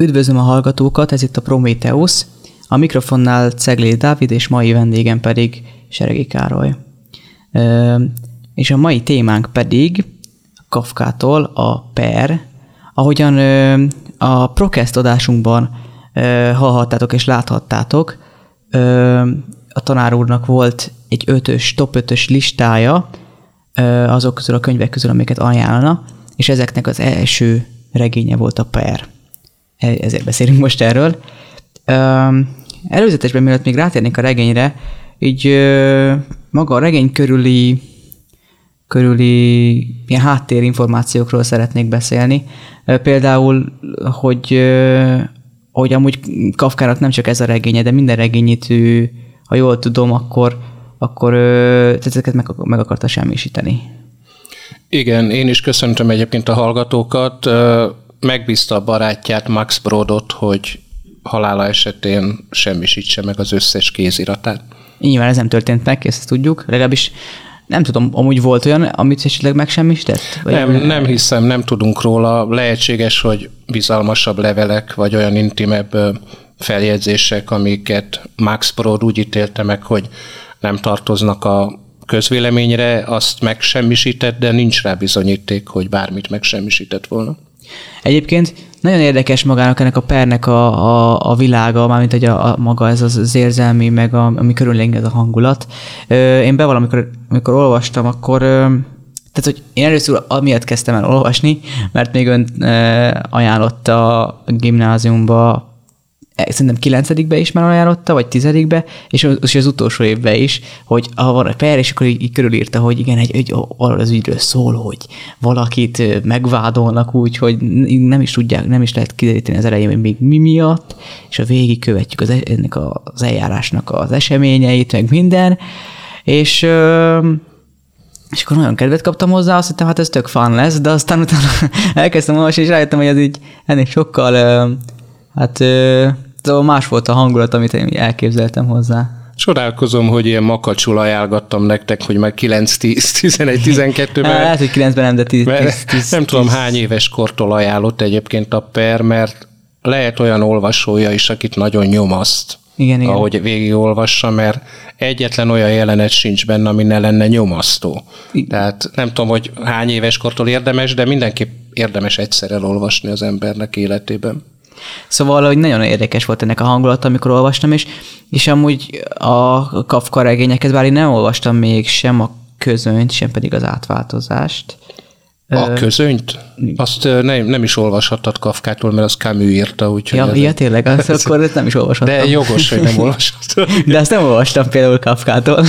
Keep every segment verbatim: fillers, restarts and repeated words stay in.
Üdvözlöm a hallgatókat, ez itt a Prométheusz, a mikrofonnál Cegléd Dávid, és mai vendégem pedig Seregi Károly. Ö, és a mai témánk pedig Kafkától a per. Ahogyan ö, a Procast adásunkban ö, hallhattátok és láthattátok, ö, a tanár úrnak volt egy ötös, top ötös listája ö, azok közül a könyvek közül, amiket ajánlana, és ezeknek az első regénye volt a per. Ezért beszélünk most erről. Előzetesben, mielőtt még rátérnénk a regényre, így maga a regény körüli, körüli ilyen háttérinformációkról szeretnék beszélni. Például, hogy, hogy amúgy Kafkának nem csak ez a regénye, de minden regényét ő, ha jól tudom, akkor, akkor ezeket meg, meg akarta semmisíteni. Igen, én is köszöntöm egyébként a hallgatókat. Megbízta a barátját, Max Brodot, hogy halála esetén semmisítse meg az összes kéziratát. Nyilván ez nem történt meg, ezt tudjuk. Legalábbis nem tudom, amúgy volt olyan, amit esetleg megsemmisített? Nem, nem hiszem, nem tudunk róla. Lehetséges, hogy bizalmasabb levelek, vagy olyan intimebb feljegyzések, amiket Max Brod úgy ítélte meg, hogy nem tartoznak a közvéleményre, azt megsemmisített, de nincs rá bizonyíték, hogy bármit megsemmisített volna. Egyébként nagyon érdekes magának ennek a pernek a, a, a világa, mármint hogy a, a maga ez az, az érzelmi, meg a, ami körülnénk ez a hangulat. Én bevallom, amikor, amikor olvastam, akkor, tehát hogy én először amiatt kezdtem el olvasni, mert még ön ajánlotta a gimnáziumba, szerintem kilencedikbe is már ajánlotta, vagy tizedikbe, és az, az utolsó évben is, hogy ha van a per, és akkor így, így körülírta, hogy igen, egy, egy, az ügyről szól, hogy valakit megvádolnak úgy, hogy nem is tudják, nem is lehet kideríteni az elején, hogy még mi miatt, és a végig követjük az, ennek az eljárásnak az eseményeit, meg minden, és... És akkor nagyon kedvet kaptam hozzá, azt hittem, hát ez tök fun lesz, de aztán utána elkezdtem olvasni, és rájöttem, hogy ez így ennél sokkal... Hát szóval más volt a hangulat, amit én elképzeltem hozzá. Csodálkozom, hogy ilyen makacsul ajánlgattam nektek, hogy már kilenc, tíz, tizenegy, tizenkettőben. Lehet, hogy kilencben nem, de tíz. Nem tudom, hány éves kortól ajánlott egyébként a per, mert lehet olyan olvasója is, akit nagyon nyomaszt, igen, igen. ahogy végigolvassa, mert egyetlen olyan jelenet sincs benne, ami ne lenne nyomasztó. Igen. Tehát nem tudom, hogy hány éves kortól érdemes, de mindenképp érdemes egyszer elolvasni az embernek életében. Szóval, hogy nagyon érdekes volt ennek a hangulata, amikor olvastam, és, és amúgy a Kafka regényeket, bár én nem olvastam még sem a közönyt, sem pedig az átváltozást. A közönyt? Azt nem, nem is olvashattad Kafkától, mert az Camus írta, úgyhogy... Ja, ja tényleg, azt ez, akkor ezt nem is olvashattam. De jogos, hogy nem olvashattad. De azt nem olvastam például Kafkától.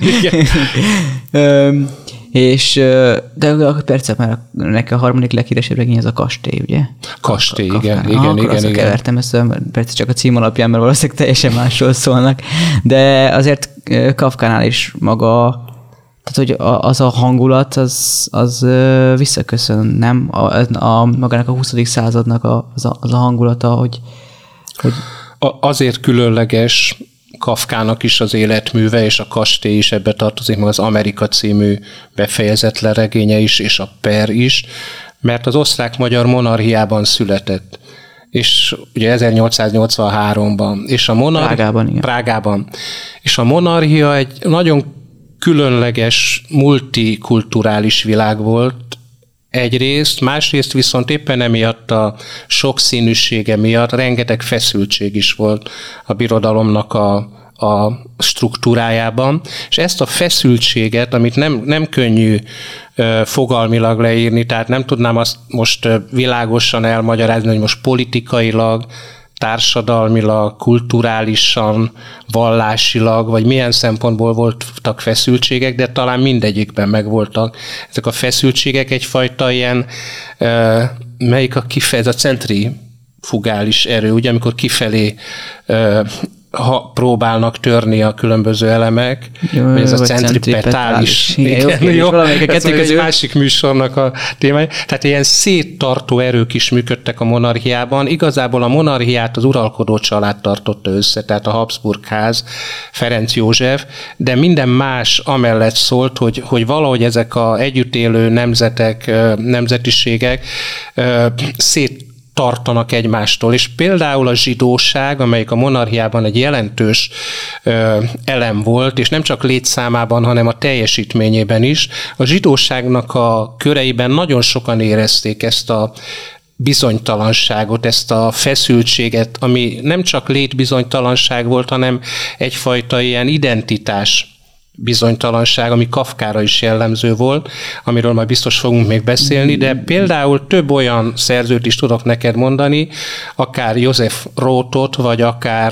És, de persze már neki a harmadik leghíresebb regény az a Kastély, ugye? Kastély, a, igen, a, igen, ah, igen, igen. kevertem ezt, persze csak a cím alapján, mert valószínűleg teljesen másról szólnak, de azért Kafkánál is maga, tehát hogy az a hangulat, az, az visszaköszön, nem? A, a, magának a huszadik századnak a, az, a, az a hangulata, hogy... hogy... A, azért különleges Kafkának is az életműve, és a Kastély is ebbe tartozik, meg az Amerika című befejezetlen regénye is, és a per is, mert az osztrák-magyar monarchiában született. És ugye ezernyolcszáznyolcvanháromban. És a monarchia, Prágában, igen. Prágában. És a monarchia egy nagyon különleges, multikulturális világ volt egyrészt, másrészt viszont éppen emiatt a sokszínűsége miatt rengeteg feszültség is volt a birodalomnak a, a struktúrájában, és ezt a feszültséget, amit nem, nem könnyű uh, fogalmilag leírni, tehát nem tudnám azt most uh, világosan elmagyarázni, hogy most politikailag, társadalmilag, kulturálisan, vallásilag, vagy milyen szempontból voltak feszültségek, de talán mindegyikben megvoltak. Ezek a feszültségek egyfajta ilyen, uh, melyik a kifejez, a centrifugális erő, ugye, amikor kifelé uh, ha próbálnak törni a különböző elemek, jó, vagy ez a centripetális. Igen, jó, jó, ez egy másik műsornak a témája. Tehát ilyen széttartó erők is működtek a monarchiában. Igazából a monarchiát az uralkodó család tartotta össze, tehát a Habsburg ház, Ferenc József, de minden más amellett szólt, hogy, hogy valahogy ezek az együtt élő nemzetek, nemzetiségek szét tartanak egymástól. És például a zsidóság, amelyik a monarchiában egy jelentős ö, elem volt, és nem csak létszámában, hanem a teljesítményében is, a zsidóságnak a köreiben nagyon sokan érezték ezt a bizonytalanságot, ezt a feszültséget, ami nem csak létbizonytalanság volt, hanem egyfajta ilyen identitás bizonytalanság, ami Kafkára is jellemző volt, amiről majd biztos fogunk még beszélni, de például több olyan szerzőt is tudok neked mondani, akár József Rothot, vagy akár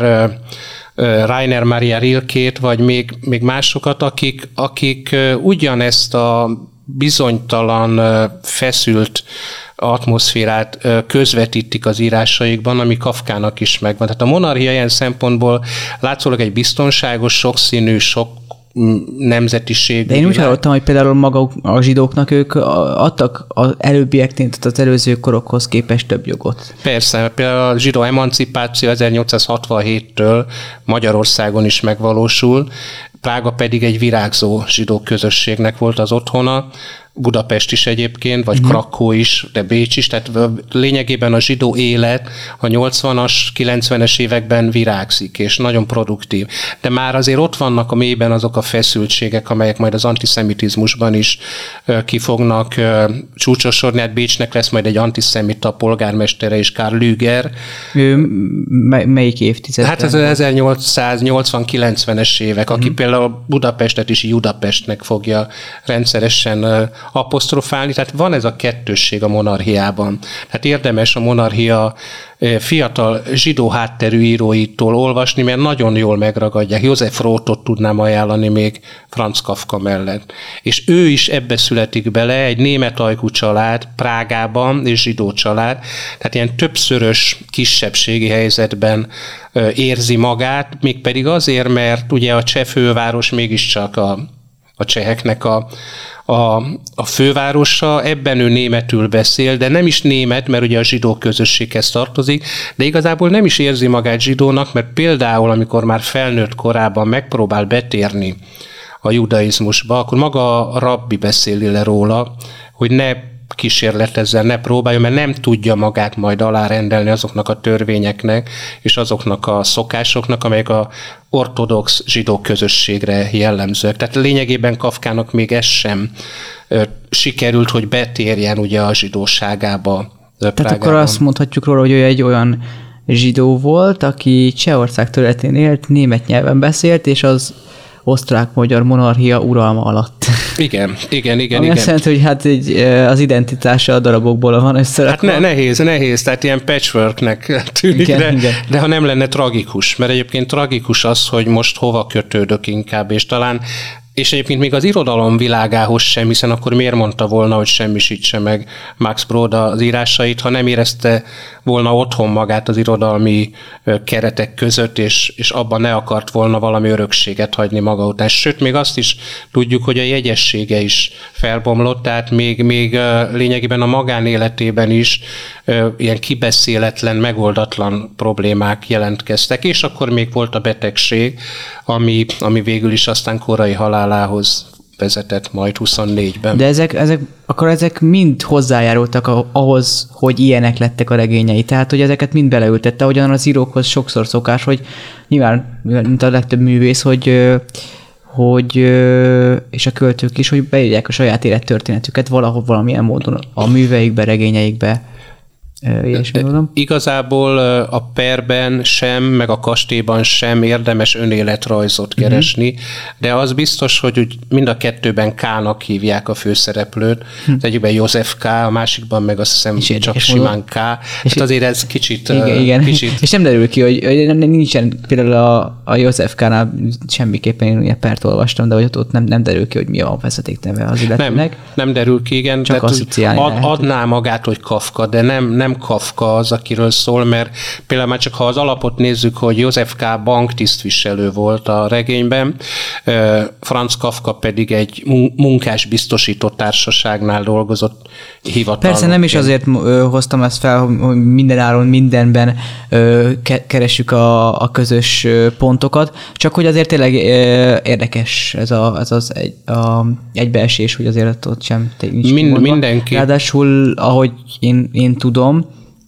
Rainer Maria Rilkét, vagy még, még másokat, akik, akik ugyanezt a bizonytalan, feszült atmoszférát közvetítik az írásaikban, ami Kafkának is megvan. Tehát a monarchia ilyen szempontból látszólag egy biztonságos, sokszínű, sok nemzetiség. De én úgy hallottam, hogy például maga a zsidóknak ők adtak az előbbieknél, tehát az előző korokhoz képest több jogot. Persze, például a zsidó emancipáció ezernyolcszázhatvanhéttől Magyarországon is megvalósul, Prága pedig egy virágzó zsidó közösségnek volt az otthona, Budapest is egyébként, vagy mm. Krakó is, de Bécs is, tehát lényegében a zsidó élet a nyolcvanas, kilencvenes években virágzik, és nagyon produktív. De már azért ott vannak a mélyben azok a feszültségek, amelyek majd az antiszemitizmusban is ki fognak csúcsosodni. Hát Bécsnek lesz majd egy antiszemita polgármestere is, Karl Lüger. Ő mely, melyik évtizedben? Hát ez az ezernyolcszáznyolcvan-kilencvenes évek, aki mm. például Budapestet is Judapestnek fogja rendszeresen apostrofálni, tehát van ez a kettősség a monarchiában. Tehát érdemes a monarchia fiatal zsidó hátterű íróitól olvasni, mert nagyon jól megragadják. József Rothot tudnám ajánlani még Franz Kafka mellett. És ő is ebbe születik bele, egy német ajkú család Prágában, és zsidó család, tehát ilyen többszörös kisebbségi helyzetben érzi magát, mégpedig azért, mert ugye a cseh főváros mégiscsak a, a cseheknek a A, a fővárosa, ebben ő németül beszél, de nem is német, mert ugye a zsidó közösséghez tartozik, de igazából nem is érzi magát zsidónak, mert például, amikor már felnőtt korában megpróbál betérni a judaizmusba, akkor maga a rabbi beszéli le róla, hogy ne kísérletezzel, ne próbálja, mert nem tudja magát majd alárendelni azoknak a törvényeknek, és azoknak a szokásoknak, amelyek a ortodox zsidó közösségre jellemzők. Tehát lényegében Kafkának még ez sem ö, sikerült, hogy betérjen ugye a zsidóságába. Tehát Prágában. Akkor azt mondhatjuk róla, hogy ő egy olyan zsidó volt, aki Csehország területén élt, német nyelven beszélt, és az osztrák-magyar monarchia uralma alatt. Igen, igen, igen. Ami igen. azt jelenti, hogy hát egy, az identitása a darabokból van összerakva. Hát ne, nehéz, nehéz, tehát ilyen patchworknek tűnik, igen, de, igen. de ha nem lenne tragikus, mert egyébként tragikus az, hogy most hova kötődök inkább, és talán és egyébként még az irodalom világához sem, hiszen akkor miért mondta volna, hogy semmisítse meg Max Brod az írásait, ha nem érezte volna otthon magát az irodalmi keretek között, és, és abban ne akart volna valami örökséget hagyni maga után. Sőt, még azt is tudjuk, hogy a jegyessége is felbomlott, tehát még, még lényegében a magánéletében is ilyen kibeszéletlen, megoldatlan problémák jelentkeztek, és akkor még volt a betegség, ami, ami végül is aztán korai halálához vezetett majd huszonnégyben. De ezek, ezek, akkor ezek mind hozzájárultak ahhoz, hogy ilyenek lettek a regényei. Tehát, hogy ezeket mind beleültette, ahogyan az írókhoz sokszor szokás, hogy nyilván, mint a legtöbb művész, hogy, hogy és a költők is, hogy beírják a saját élettörténetüket valahol valamilyen módon a műveikbe, regényeikbe. Igazából a perben sem, meg a kastélyban sem érdemes önéletrajzot keresni, mm-hmm. de az biztos, hogy úgy mind a kettőben K-nak hívják a főszereplőt. Hm. Az egyikben József K, a másikban meg azt hiszem és csak simán K. Tehát azért ez kicsit... Igen, igen. Kicsit... és nem derül ki, hogy, hogy nincsen például a, a József K-nál semmiképpen én ugye pert olvastam, de hogy ott nem, nem derül ki, hogy mi a vezetékneve az illetőnek. Nem, nem derül ki, igen. Csak asszociálni ad, adná magát, hogy Kafka, de nem, nem Kafka az, akiről szól, mert például már csak ha az alapot nézzük, hogy József K. banktisztviselő volt a regényben, Franz Kafka pedig egy munkás biztosító társaságnál dolgozott hivatalnokként. Persze nem is azért hoztam ezt fel, hogy mindenáron mindenben keressük a, a közös pontokat, csak hogy azért tényleg érdekes ez, a, ez az egy, a egybeesés, hogy azért ott sem nincs Mind, mindenki. Ráadásul, ahogy én, én tudom,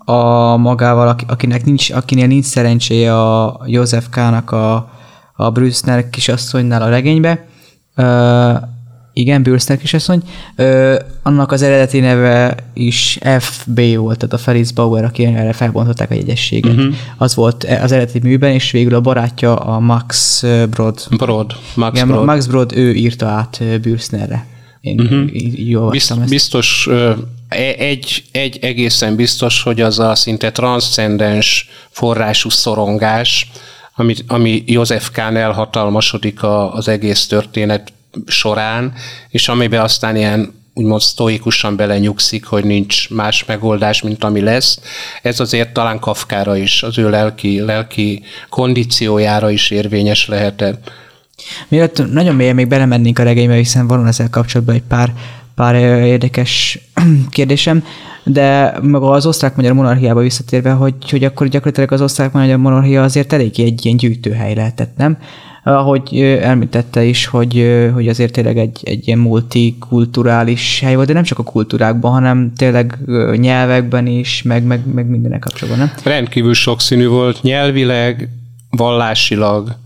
a magával, akinek nincs, akinél nincs szerencséje a József K-nak a, a Brüssner kisasszonynál a regénybe. Ö, igen, Brüssner kisasszony. Ö, annak az eredeti neve is ef bé volt, tehát a Felice Bauer, aki erre felbontották a jegyességet. Uh-huh. Az volt az eredeti műben, és végül a barátja a Max Brod. Brod. Max igen, Brod. Max Brod, ő írta át Brüssnerre. Én uh-huh. jól Bizt, biztos, egy, egy egészen biztos, hogy az a szinte transzcendens forrású szorongás, ami, ami József Kahn elhatalmasodik a, az egész történet során, és amiben aztán ilyen úgymond sztoikusan belenyugszik, hogy nincs más megoldás, mint ami lesz. Ez azért talán Kafkára is, az ő lelki, lelki kondíciójára is érvényes lehetett. Mielőtt nagyon mélyen még belemennénk a regénybe, hiszen van ezzel kapcsolatban egy pár, pár érdekes kérdésem, de maga az osztrák-magyar monarchiába visszatérve, hogy, hogy akkor gyakorlatilag az osztrák-magyar monarchia azért eléggé egy ilyen gyűjtőhely lehetett, nem? Ahogy elmítette is, hogy, hogy azért tényleg egy, egy ilyen multikulturális hely volt, de nem csak a kultúrákban, hanem tényleg nyelvekben is, meg, meg, meg mindenek kapcsolatban, nem? Rendkívül sokszínű volt, nyelvileg, vallásilag,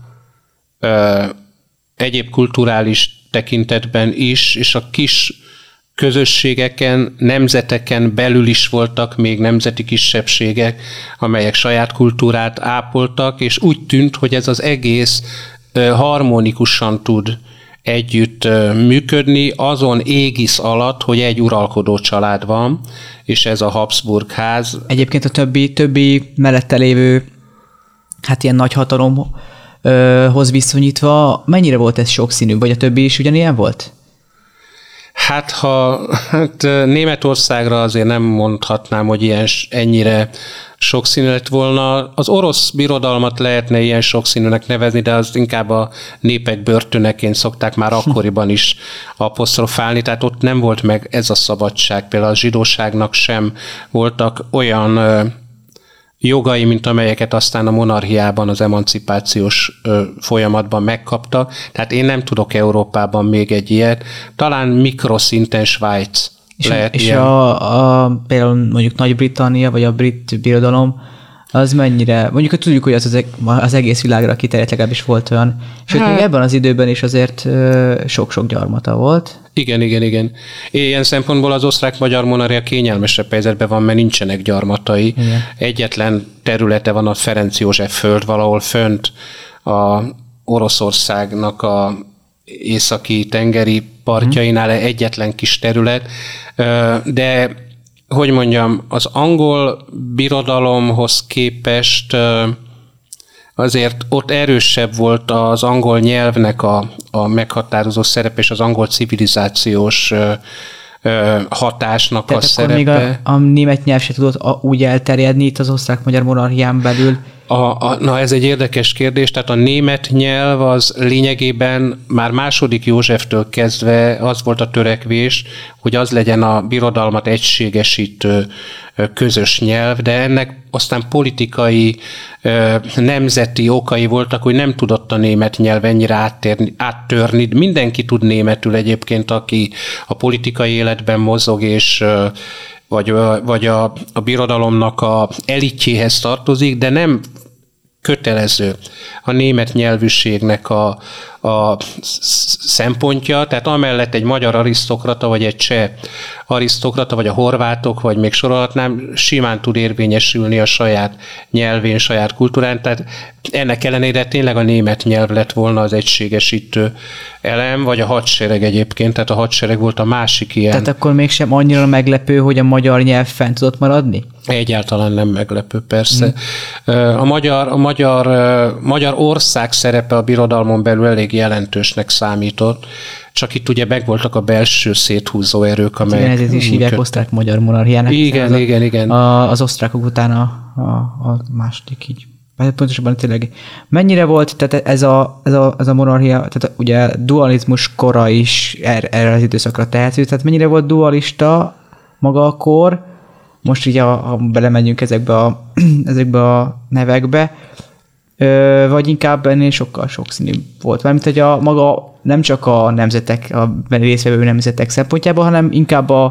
ö, egyéb kulturális tekintetben is, és a kis közösségeken, nemzeteken belül is voltak még nemzeti kisebbségek, amelyek saját kultúrát ápoltak, és úgy tűnt, hogy ez az egész harmonikusan tud együtt működni, azon égisz alatt, hogy egy uralkodó család van, és ez a Habsburg ház. Egyébként a többi, többi mellette lévő hát ilyen nagy hatalomhoz viszonyítva, mennyire volt ez sokszínű, vagy a többi is ugyanilyen volt? Hát, ha hát Németországra azért nem mondhatnám, hogy ilyen ennyire sokszínű lett volna. Az orosz birodalmat lehetne ilyen sokszínűnek nevezni, de az inkább a népek börtöneként szokták már akkoriban is apostrofálni, tehát ott nem volt meg ez a szabadság. Például a zsidóságnak sem voltak olyan jogai, mint amelyeket aztán a monarchiában, az emancipációs ö, folyamatban megkaptak. Tehát én nem tudok Európában még egy ilyet. Talán mikroszinten Svájc és lehet És ilyen. a, a, például mondjuk Nagy-Britannia, vagy a brit birodalom, az mennyire, mondjuk tudjuk, hogy az, az, az egész világra kiterjedt, legalábbis volt olyan. Sőt, hát, még ebben az időben is azért ö, sok-sok gyarmata volt. Igen, igen, igen. Ilyen szempontból az osztrák-magyar monarchia kényelmesebb helyzetben van, mert nincsenek gyarmatai. Igen. Egyetlen területe van a Ferenc József föld, valahol fönt a Oroszországnak a északi tengeri partjainál hmm. egyetlen kis terület, de hogy mondjam, az angol birodalomhoz képest azért ott erősebb volt az angol nyelvnek a, a meghatározó szerepe, és az angol civilizációs ö, ö, hatásnak Tehát a akkor szerepe. Még a, a német nyelv se tudott a, úgy elterjedni itt az osztrák-magyar monarchián belül? A, a, na ez egy érdekes kérdés, tehát a német nyelv az lényegében már második Józseftől kezdve az volt a törekvés, hogy az legyen a birodalmat egységesítő közös nyelv, de ennek aztán politikai, nemzeti okai voltak, hogy nem tudott a német nyelv ennyire áttérni, áttörni. Mindenki tud németül egyébként, aki a politikai életben mozog, és vagy, vagy a, a birodalomnak a elitjéhez tartozik, de nem kötelező a német nyelvűségnek a, a szempontja, tehát amellett egy magyar arisztokrata, vagy egy cseh arisztokrata, vagy a horvátok, vagy még sorolhatnám, simán tud érvényesülni a saját nyelvén, saját kultúrán, tehát ennek ellenére tényleg a német nyelv lett volna az egységesítő elem, vagy a hadsereg egyébként, tehát a hadsereg volt a másik ilyen. Tehát akkor mégsem annyira meglepő, hogy a magyar nyelv fent tudott maradni? Egyáltalán nem meglepő, persze. Hmm. A magyar, a magyar, magyar ország szerepe a birodalmon belül elég jelentősnek számított, csak itt ugye megvoltak a belső széthúzó erők, amelyek... Igen, ezért is hívják osztrák-magyar monarchiának. Igen, igen, a, igen. A, az osztrákok után a, a, a második így. Pontosabban tényleg mennyire volt, tehát ez a, ez a, ez a monarchia, tehát ugye dualizmus kora is er, erre az időszakra tehető, tehát mennyire volt dualista maga a kor, most így, ha belemegyünk ezekbe a, ezekbe a nevekbe, ö, vagy inkább ennél sokkal sokszínű volt. Mármint, hogy a maga nem csak a nemzetek, a részvevő nemzetek szempontjából, hanem inkább a,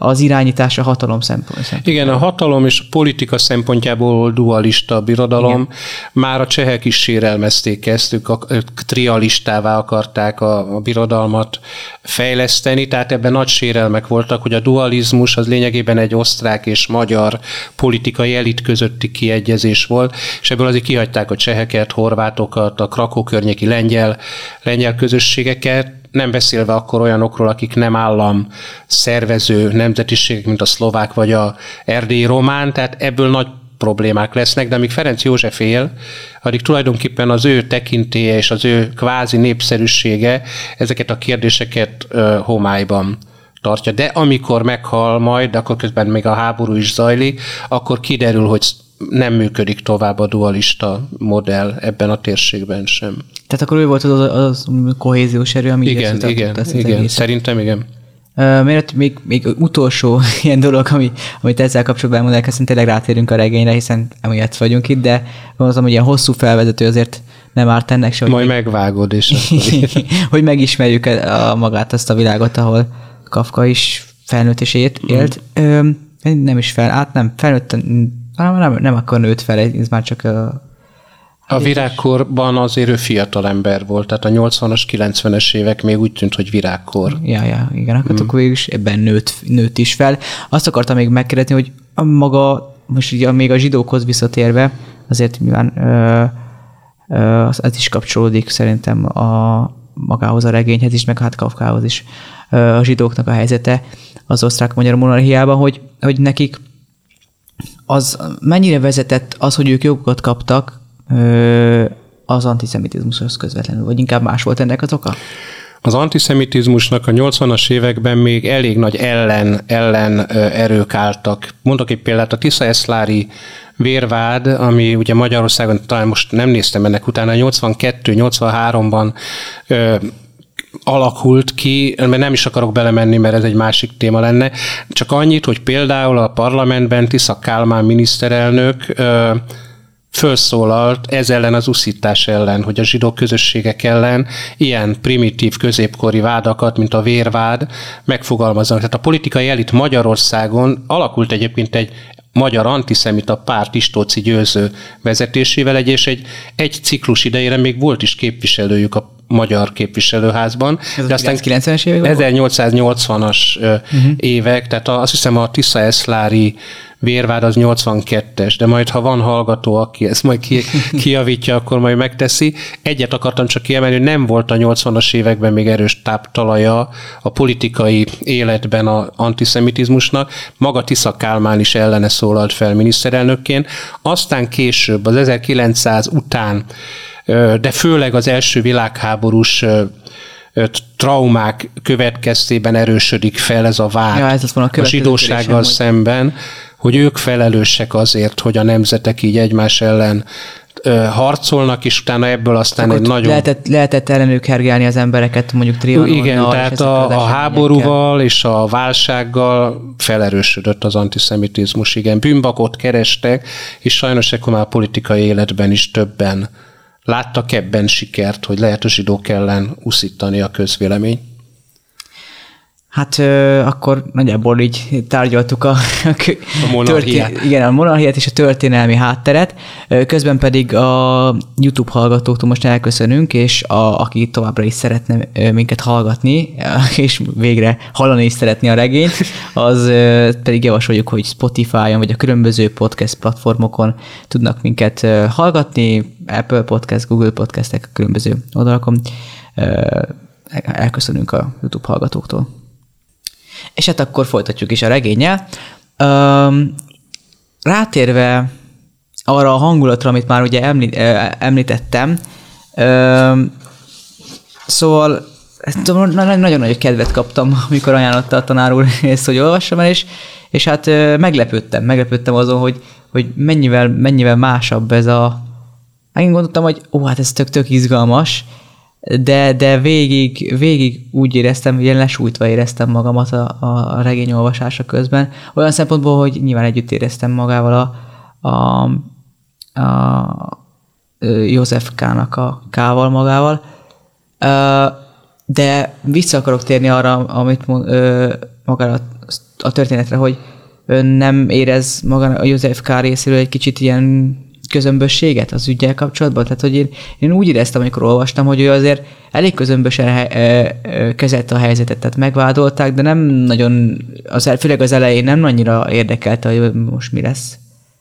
az irányítás a hatalom szempontjából. Igen, a hatalom és a politika szempontjából dualista a birodalom. Igen. Már a csehek is sérelmezték ezt, ők trialistává akarták a, a birodalmat fejleszteni, tehát ebben nagy sérelmek voltak, hogy a dualizmus az lényegében egy osztrák és magyar politikai elit közötti kiegyezés volt, és ebből azért kihagyták a cseheket, horvátokat, a Krakó környéki lengyel, lengyel közösségeket, nem beszélve akkor olyanokról, akik nem állam szervező nemzetiségek, mint a szlovák vagy a erdélyi román, tehát ebből nagy problémák lesznek, de amíg Ferenc József él, addig tulajdonképpen az ő tekintélye és az ő kvázi népszerűsége ezeket a kérdéseket uh, homályban tartja. De amikor meghal majd, akkor közben még a háború is zajlik, akkor kiderül, hogy nem működik tovább a dualista modell ebben a térségben sem. Tehát akkor ő volt az, az, az kohéziós erő, ami igen, igen, igen, igen. Szerintem igen. Uh, miért még, még utolsó ilyen dolog, ami, amit ezzel kapcsolatban elmondanak, aztán tényleg rátérünk a regényre, hiszen emiatt vagyunk itt, de gondolom, hogy ilyen hosszú felvezető azért nem árt ennek se. Majd meg, megvágod, és hogy megismerjük a, magát azt a világot, ahol Kafka is felnőtt és élt. élt. Mm. Ö, nem is fel, át nem, felnőtt, nem, nem, nem akkor nőtt fel, ez már csak a... A virágkorban azért ő fiatal ember volt, tehát a nyolcvanas, kilencvenes évek még úgy tűnt, hogy virágkor. Ja, ja, igen, akkor, mm. akkor végül is ebben nőtt, nőtt is fel. Azt akartam még megkérdezni, hogy a maga, most ugye még a zsidókhoz visszatérve, azért nyilván ö, ö, ez is kapcsolódik szerintem a magához a regényhez is, meg hát Kafkához is ö, a zsidóknak a helyzete az osztrák-magyar monarchiában, hogy, hogy nekik az mennyire vezetett az, hogy ők jogokat kaptak az antiszemitizmushoz közvetlenül, vagy inkább más volt ennek az oka? Az antiszemitizmusnak a nyolcvanas években még elég nagy ellen, ellen erők álltak. Mondok egy példát, a tiszaeszlári vérvád, ami ugye Magyarországon, talán most nem néztem ennek utána, nyolcvankettő nyolcvanháromban ö, alakult ki, mert nem is akarok belemenni, mert ez egy másik téma lenne, csak annyit, hogy például a parlamentben Tisza Kálmán miniszterelnök ö, fölszólalt ez ellen az uszítás ellen, hogy a zsidó közösségek ellen ilyen primitív középkori vádakat, mint a vérvád megfogalmazzanak. Tehát a politikai elit Magyarországon alakult egyébként egy magyar antiszemita párt Istóczy Győző vezetésével, egy, és egy, egy ciklus idejére még volt is képviselőjük a magyar képviselőházban. Ez de aztán kilencvenes évek ezernyolcszáznyolcvanas uh-huh. évek, tehát azt hiszem a tiszaeszlári vérvád az nyolcvankettes, de majd ha van hallgató, aki ezt majd ki, kijavítja, akkor majd megteszi. Egyet akartam csak kiemelni, hogy nem volt a nyolcvanas években még erős táptalaja a politikai életben az antiszemitizmusnak. Maga Tisza Kálmán is ellene szólalt fel miniszterelnökként. Aztán később, az ezerkilencszáz után, de főleg az első világháborús traumák következtében erősödik fel ez a vád ja, ez a, a zsidósággal szemben, hogy ők felelősek azért, hogy a nemzetek így egymás ellen ö, harcolnak, és utána ebből aztán akkor egy nagyon... Lehetett, lehetett ellenük hergelni az embereket, mondjuk Trianonnal. Igen, tehát a, a háborúval és a válsággal felerősödött az antiszemitizmus, igen. Bűnbakot kerestek, és sajnos ekkor már a politikai életben is többen láttak ebben sikert, hogy lehet a zsidók ellen uszítani a közvélemény. Hát ö, akkor nagyjából így tárgyaltuk a, a, a monarchiát. Történ- igen, a monarchiát és a történelmi hátteret. Közben pedig a YouTube hallgatóktól most elköszönünk, és a, aki továbbra is szeretne minket hallgatni, és végre hallani is szeretni a regényt, az pedig javasoljuk, hogy Spotify-on vagy a különböző podcast platformokon tudnak minket hallgatni, Apple Podcast, Google Podcastek, a különböző oldalakon. Elköszönünk a YouTube hallgatóktól. És hát akkor folytatjuk is a regénnyel. Um, rátérve arra a hangulatra, amit már ugye említ, említettem, um, szóval nagyon nagy kedvet kaptam, amikor ajánlotta a tanár úr ezt, hogy olvassam el, és, és hát meglepődtem, meglepődtem azon, hogy, hogy mennyivel, mennyivel másabb ez a... Én gondoltam, hogy ó, hát ez tök-tök izgalmas, de, de végig, végig úgy éreztem, hogy én lesújtva éreztem magamat a, a regény olvasása közben. Olyan szempontból, hogy nyilván együtt éreztem magával a, a, a József K-nak a K-val magával. De vissza akarok térni arra, amit magára a történetre, hogy ön nem érez maga a József K. részéről egy kicsit ilyen közömbösséget az üggyel kapcsolatban? Tehát, hogy én, én úgy éreztem, amikor olvastam, hogy ő azért elég közömbösen kezelte a helyzetet, tehát megvádolták, de nem nagyon, az, főleg az elején nem annyira érdekelte, hogy most mi lesz.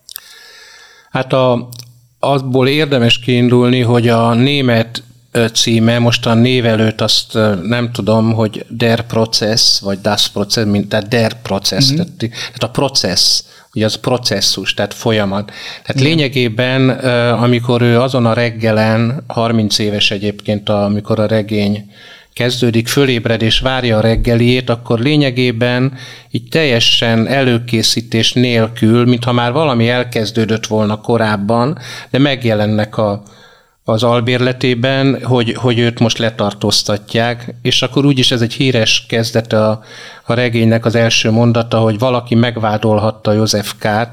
Hát a, azból érdemes kiindulni, hogy a német címe, most a név előtt azt nem tudom, hogy Der Prozess, vagy Das Prozess, mint, tehát Der Prozess, mm-hmm. tehát, tehát a processz, ugye az processzus, tehát folyamat. Tehát mm. lényegében, amikor ő azon a reggelen, harminc éves egyébként, amikor a regény kezdődik, fölébred és várja a reggeliét, akkor lényegében így teljesen előkészítés nélkül, mintha már valami elkezdődött volna korábban, de megjelennek a az albérletében, hogy, hogy őt most letartóztatják, és akkor úgyis ez egy híres kezdete a, a regénynek az első mondata, hogy valaki megvádolhatta József K.-t,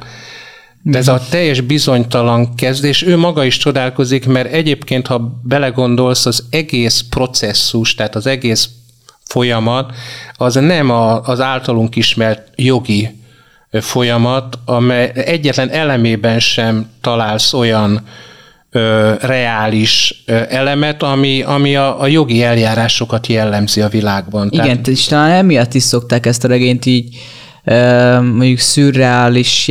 de ez a teljes bizonytalan kezdés, ő maga is csodálkozik, mert egyébként, ha belegondolsz, az egész processzus, tehát az egész folyamat, az nem a, az általunk ismert jogi folyamat, amely egyetlen elemében sem találsz olyan Ö, reális ö, elemet, ami, ami a, a jogi eljárásokat jellemzi a világban. Igen, tehát, és talán emiatt is szokták ezt a regényt így ö, mondjuk szürreális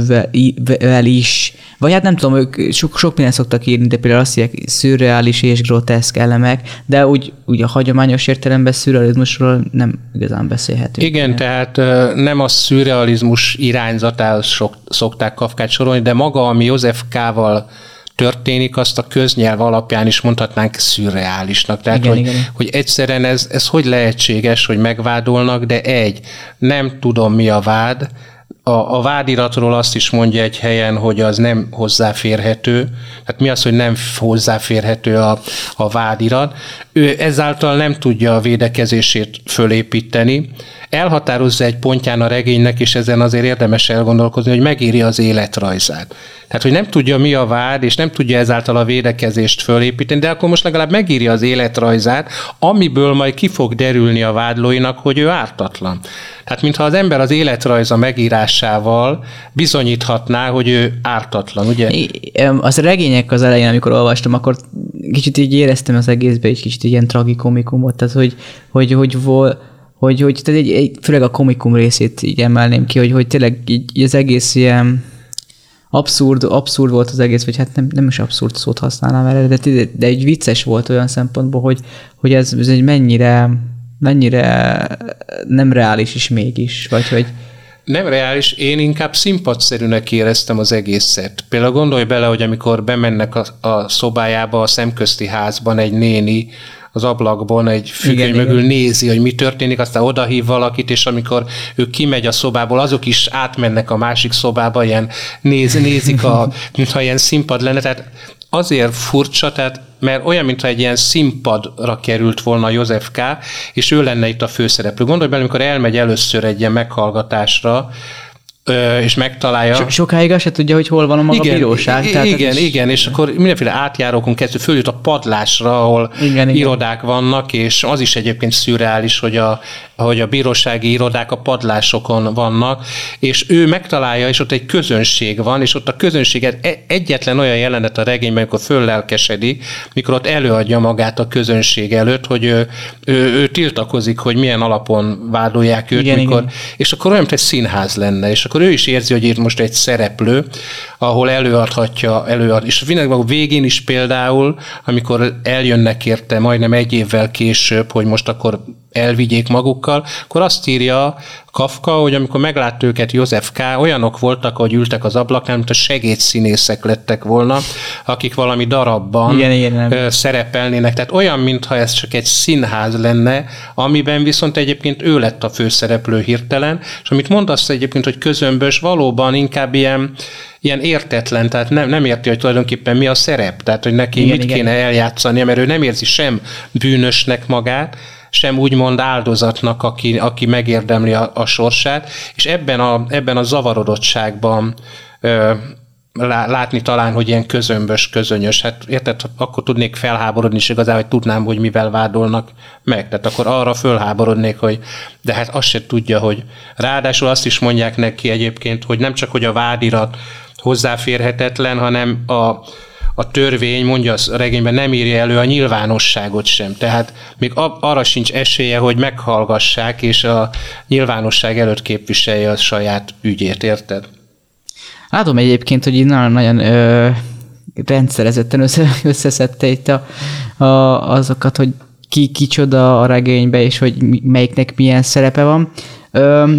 jelzővel is, vagy hát nem tudom, ők sok, sok mindent szoktak írni, de például azt írják, szürreális és groteszk elemek, de úgy, úgy a hagyományos értelemben szürrealizmusról nem igazán beszélhetünk. Igen, tehát ö, nem a szürrealizmus irányzatához sok, szokták Kafkát sorolni, de maga, ami József K.-val történik, azt a köznyelv alapján is mondhatnánk szürreálisnak. Tehát, igen, hogy, igen. hogy egyszerűen ez, ez hogy lehetséges, hogy megvádolnak, de egy, nem tudom mi a vád. A, a vádiratról azt is mondja egy helyen, hogy az nem hozzáférhető. Tehát mi az, hogy nem hozzáférhető a, a vádirat? Ő ezáltal nem tudja a védekezését fölépíteni. Elhatározza egy pontján a regénynek, és ezen azért érdemes elgondolkozni, hogy megírja az életrajzát. Tehát, hogy nem tudja, mi a vád, és nem tudja ezáltal a védekezést fölépíteni, de akkor most legalább megírja az életrajzát, amiből majd ki fog derülni a vádlóinak, hogy ő ártatlan. Tehát, mintha az ember az életrajza megírásával bizonyíthatná, hogy ő ártatlan, ugye? Az a regények az elején, amikor olvastam, akkor kicsit így éreztem az egészben egy kicsit ilyen tragikomikumot, tehát, hogy, hogy, hogy vol, hogy, hogy tehát egy, egy, főleg a komikum részét így emelném ki, hogy, hogy tényleg így, így az egész ilyen abszurd, abszurd volt az egész, vagy hát nem, nem is abszurd szót használnám erre, de, de egy vicces volt olyan szempontból, hogy, hogy ez, ez egy mennyire, mennyire nem reális is mégis, vagy hogy... Nem reális, én inkább színpadszerűnek éreztem az egészet. Például gondolj bele, hogy amikor bemennek a, a szobájába, a szemközti házban egy néni, az ablakban egy függöny mögül igen. nézi, hogy mi történik, aztán odahív valakit, és amikor ő kimegy a szobából, azok is átmennek a másik szobába, ilyen néz, nézik, a, mintha ilyen színpad lenne. Tehát azért furcsa, tehát, mert olyan, mintha egy ilyen színpadra került volna József K., és ő lenne itt a főszereplő. Gondolj bele, amikor elmegy először egy ilyen meghallgatásra, és megtalálja. So, sokáig azt se tudja, hogy hol van a maga igen, bíróság. I- tehát igen, is... igen, és akkor mindenféle átjárókon keresztül följut a padlásra, ahol igen, irodák igen. vannak, és az is egyébként szürreális, hogy a, hogy a bírósági irodák a padlásokon vannak, és ő megtalálja, és ott egy közönség van, és ott a közönséget egyetlen olyan jelenet a regényben, amikor föllelkesedik, mikor ott előadja magát a közönség előtt, hogy ő, ő, ő tiltakozik, hogy milyen alapon vádolják őt, igen, mikor, igen. és akkor olyan, mint egy színház lenne, és akkor ő is érzi, hogy itt most egy szereplő, ahol előadhatja, előad. És a végén is például, amikor eljönnek érte majdnem egy évvel később, hogy most akkor elvigyék magukkal, akkor azt írja Kafka, hogy amikor meglátta őket József K., olyanok voltak, hogy ültek az ablaknál, mint a segédszínészek lettek volna, akik valami darabban igen, igen, szerepelnének. Tehát olyan, mintha ez csak egy színház lenne, amiben viszont egyébként ő lett a főszereplő hirtelen, és amit mondasz egyébként, hogy közömbös, valóban inkább ilyen, ilyen értetlen, tehát nem, nem érti, hogy tulajdonképpen mi a szerep, tehát hogy neki igen, mit igen. kéne eljátszania, mert ő nem érzi sem bűnösnek magát, sem úgymond áldozatnak, aki, aki megérdemli a, a sorsát, és ebben a, ebben a zavarodottságban ö, látni talán, hogy ilyen közömbös, közönyös. Hát érted, akkor tudnék felháborodni, és igazából, hogy tudnám, hogy mivel vádolnak meg. Tehát akkor arra fölháborodnék, hogy de hát azt se tudja, hogy ráadásul azt is mondják neki egyébként, hogy nem csak, hogy a vádirat hozzáférhetetlen, hanem a, a törvény, mondja a regényben, nem írja elő a nyilvánosságot sem. Tehát még arra sincs esélye, hogy meghallgassák, és a nyilvánosság előtt képviselje a saját ügyét, érted? Látom egyébként, hogy így nagyon-nagyon ö, rendszerezetten össze, összeszedte itt a, a, azokat, hogy ki kicsoda a regénybe, és hogy melyiknek milyen szerepe van. Ö,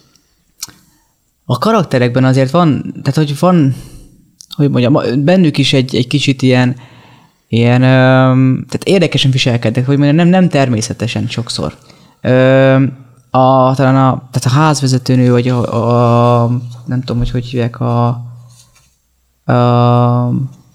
a karakterekben azért van, tehát hogy van, hogy mondjam, bennük is egy, egy kicsit ilyen, ilyen ö, tehát érdekesen viselkednek, hogy mondjam, nem, nem természetesen sokszor. Ö, A, talán a, tehát a házvezetőnő, vagy a, a nem tudom, hogy hogy hívják a, a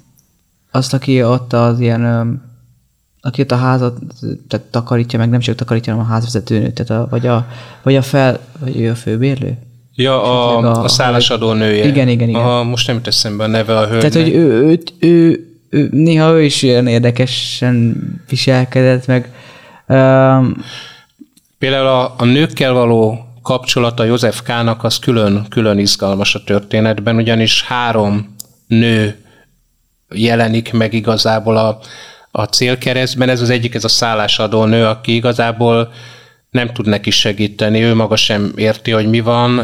azt, aki ott az ilyen, aki ott a házat tehát takarítja, meg nem csak takarítja, hanem a házvezetőnő, tehát a, vagy, a, vagy a fel, vagy ő a főbérlő? Ja, a, a, a szállásadó nője. Igen, igen, igen. Aha, most nem jut eszembe a neve a hölgynek. Tehát, hogy ő, ő, ő, ő, néha ő is ilyen érdekesen viselkedett, meg um, például a, a nőkkel való kapcsolata József K-nak az külön, külön izgalmas a történetben, ugyanis három nő jelenik meg igazából a, a célkeresztben. Ez az egyik, ez a szállásadó nő, aki igazából nem tud neki segíteni, ő maga sem érti, hogy mi van,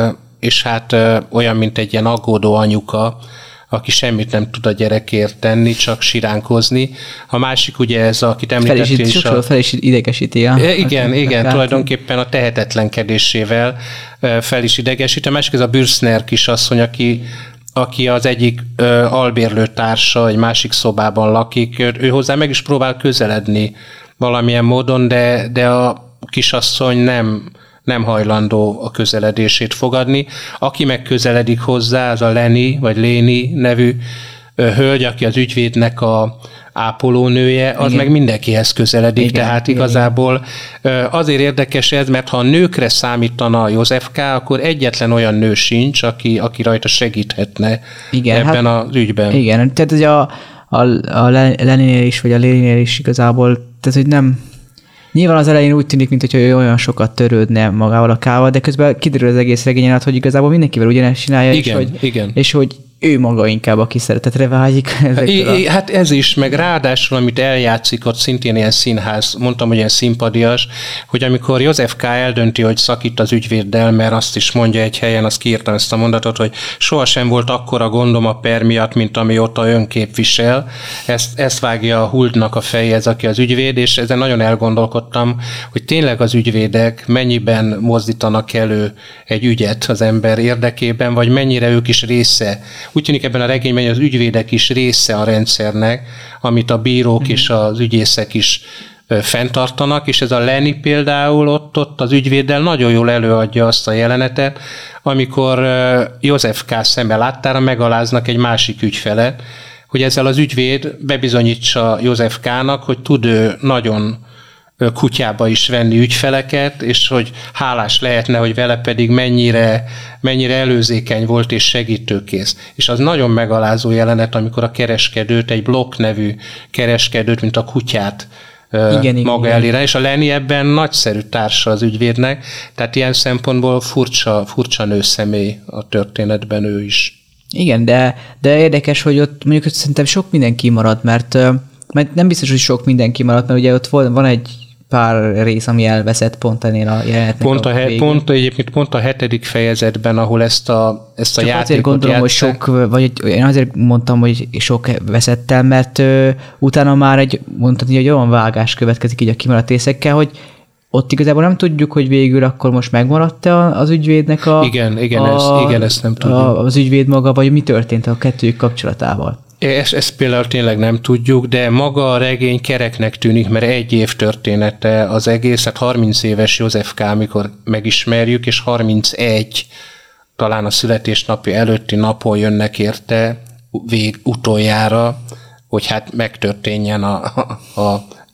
és hát olyan, mint egy ilyen aggódó anyuka, aki semmit nem tud a gyerekért tenni, csak siránkozni. A másik ugye ez, akit említettél is. Sokszor fel is idegesíti. A, igen, igen, tulajdonképpen a tehetetlenkedésével fel is idegesít. A másik ez a Bürszner kisasszony, aki, aki az egyik albérlő társa, egy másik szobában lakik. Ő hozzá meg is próbál közeledni valamilyen módon, de, de a kisasszony nem... nem hajlandó a közeledését fogadni. Aki megközeledik hozzá, az a Leni, vagy Léni nevű hölgy, aki az ügyvédnek a ápolónője, az igen. meg mindenkihez közeledik, igen, tehát igen, igazából igen. Azért érdekes ez, mert ha a nőkre számítana József K., akkor egyetlen olyan nő sincs, aki, aki rajta segíthetne igen, ebben hát, az ügyben. Igen, tehát hogy a, a, a Leninél is, vagy a Léninél is igazából, tehát hogy nem... Nyilván az elején úgy tűnik, mintha ő olyan sokat törődne magával a K-val, de közben kiderül az egész regényen át, hogy igazából mindenkivel ugyanezt csinálja, igen, és, hogy, igen. és hogy ő maga inkább, aki szeretetre vágyik. I, a... Hát ez is, meg ráadásul, amit eljátszik, ott szintén ilyen színház, mondtam, hogy ilyen színpadias, hogy amikor József K. eldönti, hogy szakít az ügyvéddel, mert azt is mondja egy helyen, azt kiírtam ezt a mondatot, hogy sohasem volt akkora gondom a per miatt, mint amióta ön képvisel. Ezt, ezt vágja a Huldnak a fejhez, aki az ügyvéd, és ezen nagyon elgondolkodtam, hogy tényleg az ügyvédek mennyiben mozdítanak elő egy ügyet az ember érdekében, vagy mennyire ők is része. Úgy tűnik ebben a regényben, hogy az ügyvédek is része a rendszernek, amit a bírók mm-hmm. és az ügyészek is fenntartanak, és ez a Leni például ott, ott az ügyvéddel nagyon jól előadja azt a jelenetet, amikor József K. szembe láttára megaláznak egy másik ügyfelet, hogy ezzel az ügyvéd bebizonyítsa József K.-nak, hogy tud ő nagyon kutyába is venni ügyfeleket, és hogy hálás lehetne, hogy vele pedig mennyire, mennyire előzékeny volt és segítőkész. És az nagyon megalázó jelenet, amikor a kereskedőt, egy Blokk nevű kereskedőt, mint a kutyát igen, maga igen, elére, és a Leni ebben nagyszerű társa az ügyvédnek, tehát ilyen szempontból furcsa, furcsa nőszemély a történetben ő is. Igen, de, de érdekes, hogy ott mondjuk szerintem sok mindenki maradt, mert, mert nem biztos, hogy sok mindenki maradt, mert ugye ott van egy pár rész, ami elveszett pont ennél a jelenetnek pont a, a he, pont, egyébként pont a hetedik fejezetben, ahol ezt a, ezt a Csak játékot azért gondolom, játszák. hogy sok, vagy én azért mondtam, hogy sok veszett el, mert ö, utána már egy, mondhatni, hogy olyan vágás következik így a kimaradt részekkel, hogy ott igazából nem tudjuk, hogy végül akkor most megmaradt-e az ügyvédnek a... Igen, igen, a, ez, igen ezt nem tudjuk. A, az ügyvéd maga, vagy mi történt a kettőjük kapcsolatával. Ezt, ezt például tényleg nem tudjuk, de maga a regény kereknek tűnik, mert egy év története az egész, hát harminc éves József K., amikor megismerjük, és harmincegy talán a születésnapja előtti napon jönnek érte vég utoljára, hogy hát megtörténjen a, a, a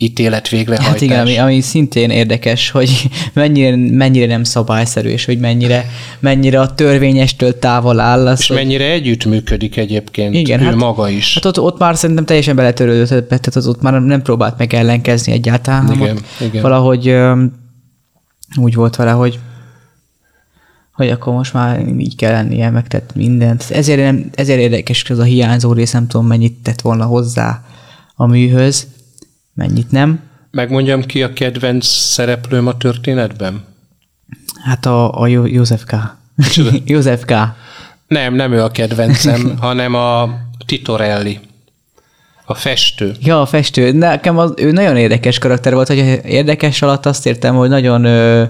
ítélet végrehajtás. Hát igen, ami, ami szintén érdekes, hogy mennyire, mennyire nem szabályszerű, és hogy mennyire, mennyire a törvényestől távol áll. Az, és hogy... mennyire együttműködik egyébként igen, ő hát, maga is. Hát ott, ott már szerintem teljesen beletörődött, tehát ott, ott már nem próbált meg ellenkezni egyáltalán. Igen, igen. Valahogy öm, úgy volt vele, hogy hogy akkor most már így kell lennie, megtett mindent. Ezért, nem, ezért érdekes ez a hiányzó rész, nem tudom, mennyit tett volna hozzá a műhöz, mennyit nem. Megmondjam, ki a kedvenc szereplőm a történetben? Hát a, a József K. József K. Nem, nem ő a kedvencem, hanem a Titorelli. A festő. Ja, a festő. Nekem az, ő nagyon érdekes karakter volt, hogy érdekes alatt azt értem, hogy nagyon ö,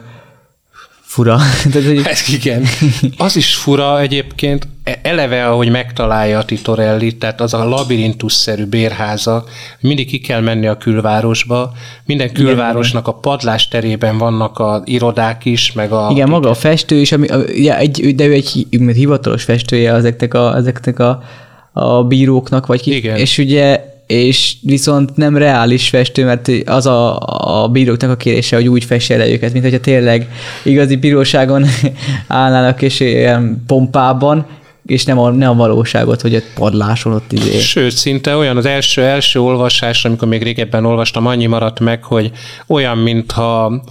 fura. Hát igen. Az is fura egyébként, eleve, ahogy megtalálja a Titorelli, tehát az a labirintusszerű bérháza, mindig ki kell menni a külvárosba, minden külvárosnak a padlás terében vannak az irodák is, meg a... Igen, maga a festő is, ami, ja, egy, de ő egy hivatalos festője ezeknek a, ezeknek a, a bíróknak, vagy ki, igen. És ugye és viszont nem reális festő, mert az a, a bíróknak a kérése, hogy úgy fesse le őket, mint hogyha tényleg igazi bíróságon állnának, és ilyen pompában, és nem a, nem a valóságot, hogy egy padláson ott izé. Sőt, szinte olyan az első, első olvasás, amikor még régebben olvastam, annyi maradt meg, hogy olyan, mintha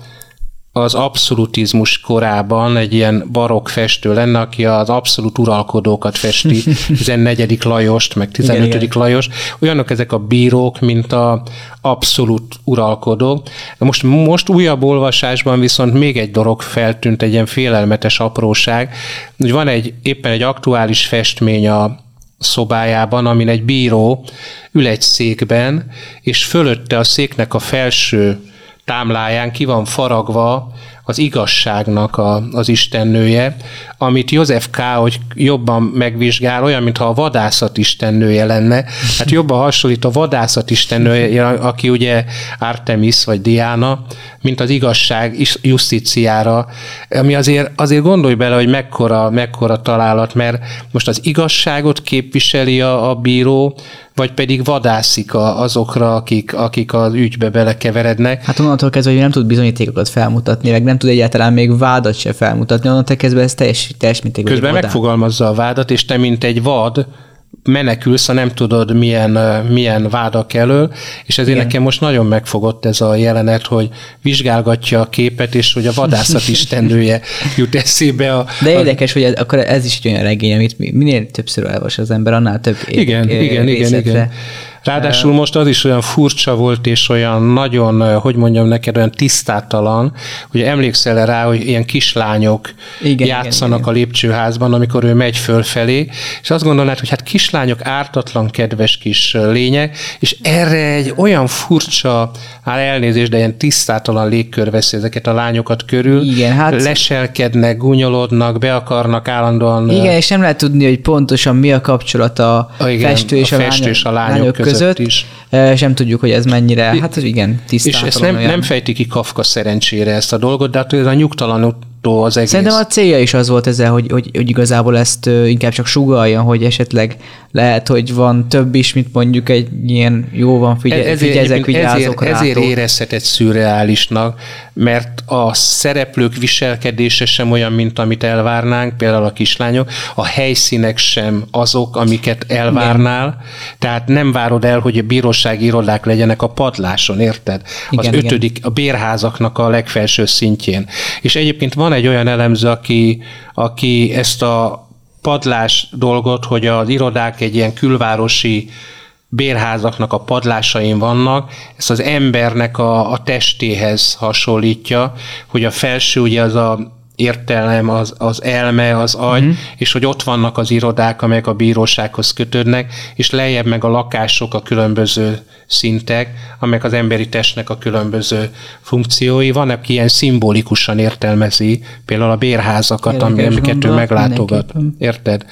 az abszolutizmus korában egy ilyen barokk festő lenne, aki az abszolút uralkodókat festi, tizennegyedik Lajost, meg tizenötödik Lajost. Olyanok ezek a bírók, mint a abszolút uralkodók. Most, most újabb olvasásban viszont még egy dolog feltűnt, egy ilyen félelmetes apróság, hogy van egy éppen egy aktuális festmény a szobájában, amin egy bíró ül egy székben, és fölötte a széknek a felső támláján ki van faragva az igazságnak a, az istennője, amit József K., hogy jobban megvizsgál, olyan, mintha a vadászat istennője lenne. Hát jobban hasonlít a vadászat istennője, aki ugye Artemis vagy Diana, mint az igazság Justitiára, ami azért, azért gondolj bele, hogy mekkora, mekkora találat, mert most az igazságot képviseli a, a bíró, vagy pedig vadászik azokra, akik, akik az ügybe belekeverednek. Hát onnantól kezdve, hogy nem tud bizonyítékokat felmutatni, meg nem tud egyáltalán még vádat se felmutatni, onnantól kezdve ez teljes, teljes mint egy közben vadán. Megfogalmazza a vádat, és te, mint egy vad, menekülsz, ha nem tudod, milyen, milyen vádak elől, és ezért igen. Nekem most nagyon megfogott ez a jelenet, hogy vizsgálgatja a képet, és hogy a vadászat istennője jut eszébe. A, De érdekes, a... hogy ez, akkor ez is egy olyan regény, amit minél többször elolvas az ember, annál több igen, é- igen, igen, igen. Ráadásul most az is olyan furcsa volt, és olyan nagyon, hogy mondjam neked, olyan tisztátalan, hogy emlékszel rá, hogy ilyen kislányok igen, játszanak igen, a lépcsőházban, amikor ő megy fölfelé, és azt gondolnád, hogy hát kislányok ártatlan, kedves kis lények, és erre egy olyan furcsa, hát elnézést, de ilyen tisztátalan légkör veszi ezeket a lányokat körül, igen, hát... leselkednek, gúnyolódnak, be akarnak állandóan... Igen, és nem lehet tudni, hogy pontosan mi a kapcsolat a, a igen, festő és a, a, festő és a lányok, lányok között. között is. Sem tudjuk, hogy ez mennyire, hát igen, tisztátalan. És ezt nem, nem fejti ki Kafka szerencsére ezt a dolgot, de hát ez a nyugtalanító az egész. Szerintem a célja is az volt ezzel, hogy, hogy, hogy igazából ezt inkább csak sugallja, hogy esetleg lehet, hogy van több is, mint mondjuk egy ilyen jó van, figyel, ezért, figyelzek, vigyázok ezért, ezért érezhetett szürreálisnak, mert a szereplők viselkedése sem olyan, mint amit elvárnánk, például a kislányok, a helyszínek sem azok, amiket elvárnál, igen. Tehát nem várod el, hogy a bírósági irodák legyenek a padláson, érted? Igen, az ötödik, igen. A bérházaknak a legfelső szintjén. És egyébként van egy olyan elemző, aki, aki ezt a padlás dolgot, hogy az irodák egy ilyen külvárosi bérházaknak a padlásain vannak, ezt az embernek a, a testéhez hasonlítja, hogy a felső ugye az a értelem, az, az elme, az agy, mm. és hogy ott vannak az irodák, amelyek a bírósághoz kötődnek, és lejjebb meg a lakások, a különböző szintek, amelyek az emberi testnek a különböző funkciói. Van, aki ilyen szimbolikusan értelmezi, például a bérházakat, amiket ő meglátogat. Érted?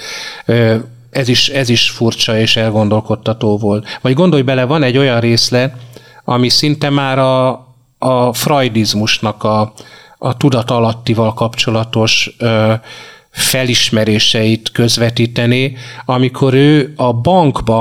Ez is, ez is furcsa és elgondolkodtató volt. Vagy gondolj bele, van egy olyan részlet, ami szinte már a, a freudizmusnak a a tudatalattival kapcsolatos ö, felismeréseit közvetíteni, amikor ő a bankban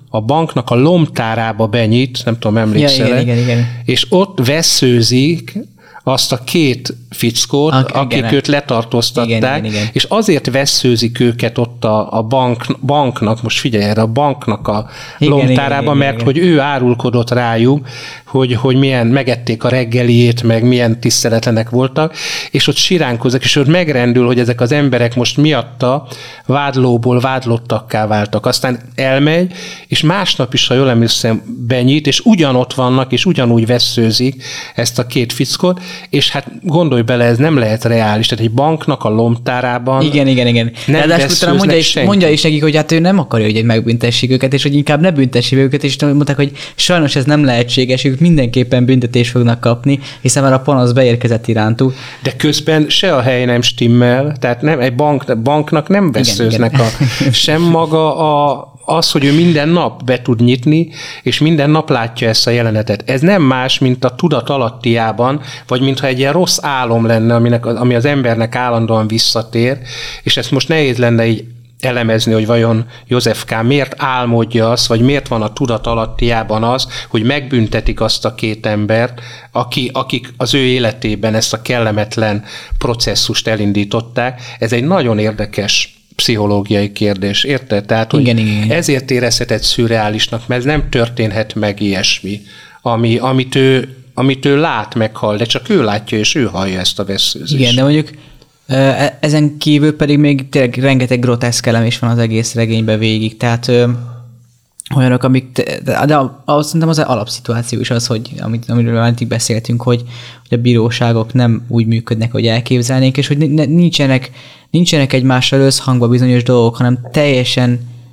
a banknak a lomtárába benyit, nem tudom, emlékszel, ja, igen, igen, igen. és ott vesszőzik azt a két fickót, a, akik igen, őt letartóztatták, igen, igen, igen. és azért vesszőzik őket ott a, a bank, banknak, most figyelj erre, a banknak a igen, lomtárába, igen, mert igen, hogy ő árulkodott rájuk, hogy, hogy milyen megették a reggeliét, meg milyen tiszteletlenek voltak, és ott siránkoznak, és ott megrendül, hogy ezek az emberek most miatta vádlóból vádlottakká váltak. Aztán elmegy, és másnap is, ha jól emlékszem, benyit, és ugyanott vannak, és ugyanúgy vesszőzik ezt a két fickót, és hát gondolj bele, ez nem lehet reális. Tehát egy banknak a lomtárában igen, igen, igen. nem veszőznek mondja is, mondja is nekik, hogy hát ő nem akarja, hogy megbüntessék őket, és hogy inkább ne büntessék őket, és mondták, hogy sajnos ez nem lehetséges, ők mindenképpen büntetést fognak kapni, hiszen már a panasz beérkezett irántuk. De közben se a hely nem stimmel, tehát nem, egy bank, banknak nem veszőznek igen, igen. a sem maga a az, hogy ő minden nap be tud nyitni, és minden nap látja ezt a jelenetet. Ez nem más, mint a tudat alattiában, vagy mintha egy ilyen rossz álom lenne, aminek, ami az embernek állandóan visszatér, és ezt most nehéz lenne így elemezni, hogy vajon József K. miért álmodja azt, vagy miért van a tudat alattiában az, hogy megbüntetik azt a két embert, aki, akik az ő életében ezt a kellemetlen processzust elindították. Ez egy nagyon érdekes pszichológiai kérdés, érted? Tehát, hogy igen, igen. ezért érezheted szürreálisnak, mert ez nem történhet meg ilyesmi, ami, amit, ő, amit ő lát, meghall, de csak ő látja, és ő hallja ezt a vesszőzést. Igen, de mondjuk ezen kívül pedig még tényleg rengeteg groteszk elem is van az egész regényben végig, tehát ö, olyanok, amik, de, de azt szerintem az alapszituáció is az, hogy amit, amiről már eddig beszéltünk, hogy, hogy a bíróságok nem úgy működnek, hogy elképzelnék, és hogy ne, nincsenek, nincsenek egymással összhangban bizonyos dolgok, hanem teljesen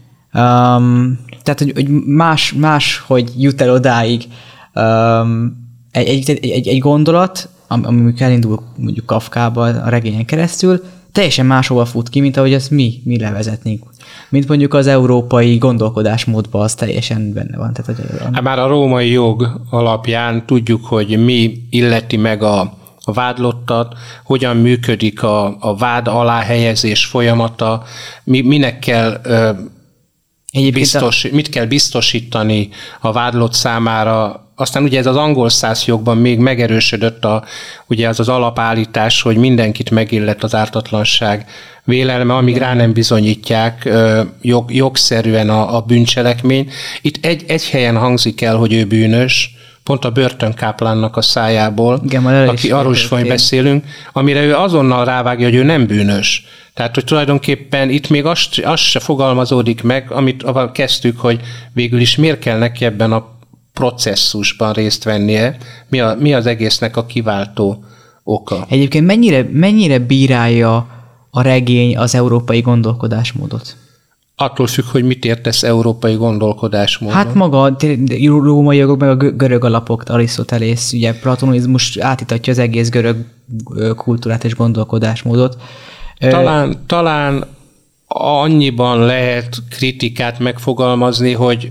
um, tehát, hogy, hogy más, más, hogy jut el odáig um, egy, egy, egy, egy gondolat, ami elindul mondjuk Kafkába a regényen keresztül, teljesen máshova fut ki, mint ahogy azt mi, mi levezetnénk. Mint mondjuk az európai gondolkodásmódban az teljesen benne van. Tehát, hogy hát már a római jog alapján tudjuk, hogy mi illeti meg a, a vádlottat, hogyan működik a, a vád alá helyezés folyamata, mi, minek kell ö, biztos, a... mit kell biztosítani a vádlott számára. Aztán ugye ez az angol száz jogban még megerősödött a, ugye az az alapállítás, hogy mindenkit megillet az ártatlanság vélelme, amíg rá nem bizonyítják jog, jogszerűen a, a bűncselekmény. Itt egy, egy helyen hangzik el, hogy ő bűnös, pont a börtönkáplánnak a szájából, igen, aki arról is folyam beszélünk, amire ő azonnal rávágja, hogy ő nem bűnös. Tehát, hogy tulajdonképpen itt még azt, azt se fogalmazódik meg, amit avval kezdtük, hogy végül is miért kell neki ebben a processzusban részt vennie, mi, a, mi az egésznek a kiváltó oka. Egyébként mennyire, mennyire bírálja a regény az európai gondolkodásmódot? Attól függ, hogy mit értesz európai gondolkodásmódon. Hát maga a római jogok, meg a görög alapok, Arisztotelész, ugye platonizmus átítatja az egész görög kultúrát és gondolkodásmódot. Talán, talán annyiban lehet kritikát megfogalmazni, hogy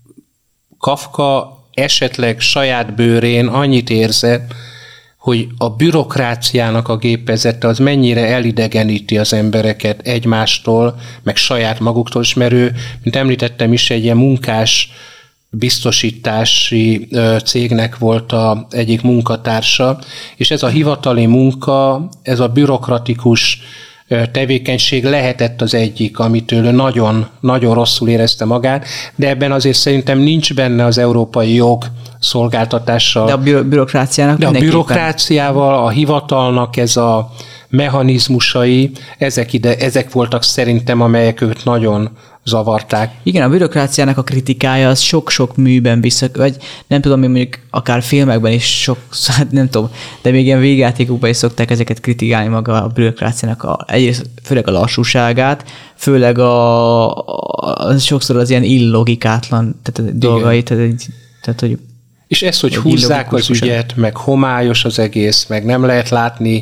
Kafka esetleg saját bőrén annyit érzett, hogy a bürokráciának a gépezete az mennyire elidegeníti az embereket egymástól, meg saját maguktól is, mert ő, mint említettem is, egy ilyen munkás biztosítási cégnek volt a egyik munkatársa, és ez a hivatali munka, ez a bürokratikus tevékenység lehetett az egyik, amitől ő nagyon, nagyon rosszul érezte magát, de ebben azért szerintem nincs benne az európai jog szolgáltatással. De a bürokráciának De a bürokráciával, a hivatalnak ez a mechanizmusai, ezek, ide, ezek voltak szerintem, amelyek őt nagyon zavarták. Igen, a bürokráciának a kritikája az sok-sok műben vissza, vagy nem tudom, hogy mondjuk akár filmekben is sok, hát nem tudom, de még ilyen végjátékokban is szokták ezeket kritikálni maga a bürokráciának, a, egyrészt főleg a lassúságát, főleg a, a sokszor az ilyen illogikátlan tehát dolgait, tehát, tehát hogy és ez, hogy húzzák az ügyet, meg homályos az egész, meg nem lehet látni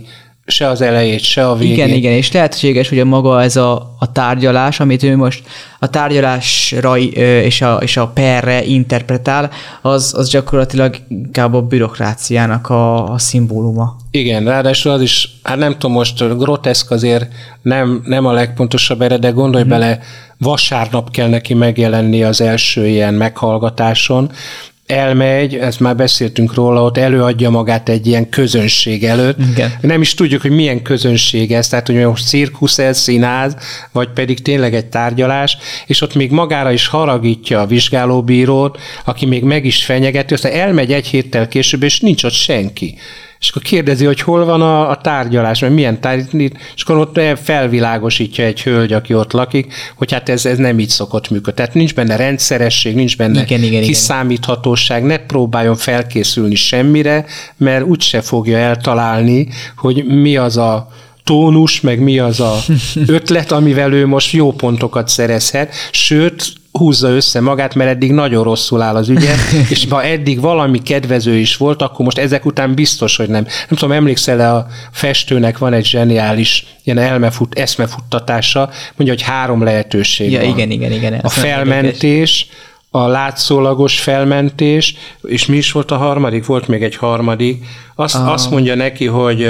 se az elejét, se a végét. Igen, igen, és lehetséges, hogy a maga ez a, a tárgyalás, amit ő most a tárgyalásra és a, és a perre interpretál, az, az gyakorlatilag inkább a bürokráciának a, a szimbóluma. Igen, ráadásul az is, hát nem tudom, most groteszk azért nem, nem a legpontosabb erre, de gondolj hmm. bele, vasárnap kell neki megjelenni az első ilyen meghallgatáson, elmegy, ezt már beszéltünk róla, ott előadja magát egy ilyen közönség előtt. Igen. Nem is tudjuk, hogy milyen közönség ez, tehát hogy most cirkusz ez, színház, vagy pedig tényleg egy tárgyalás, és ott még magára is haragítja a vizsgálóbírót, aki még meg is fenyegeti, aztán elmegy egy héttel később, és nincs ott senki. És akkor kérdezi, hogy hol van a, a tárgyalás, mert milyen tárgyalás, és akkor ott felvilágosítja egy hölgy, aki ott lakik, hogy hát ez, ez nem így szokott működni. Tehát nincs benne rendszeresség, nincs benne igen, igen, kiszámíthatóság, igen. Ne próbáljon felkészülni semmire, mert úgyse fogja eltalálni, hogy mi az a tónus, meg mi az a ötlet, amivel ő most jó pontokat szerezhet, sőt, húzza össze magát, mert eddig nagyon rosszul áll az ügye, és ha eddig valami kedvező is volt, akkor most ezek után biztos, hogy nem. Nem tudom, emlékszel-e, a festőnek van egy zseniális ilyen elmefut, eszmefuttatása, mondja, hogy három lehetőség ja, van. igen, igen, igen. A felmentés, a látszólagos felmentés, és mi is volt a harmadik? Volt még egy harmadik. Azt, ah. azt mondja neki, hogy,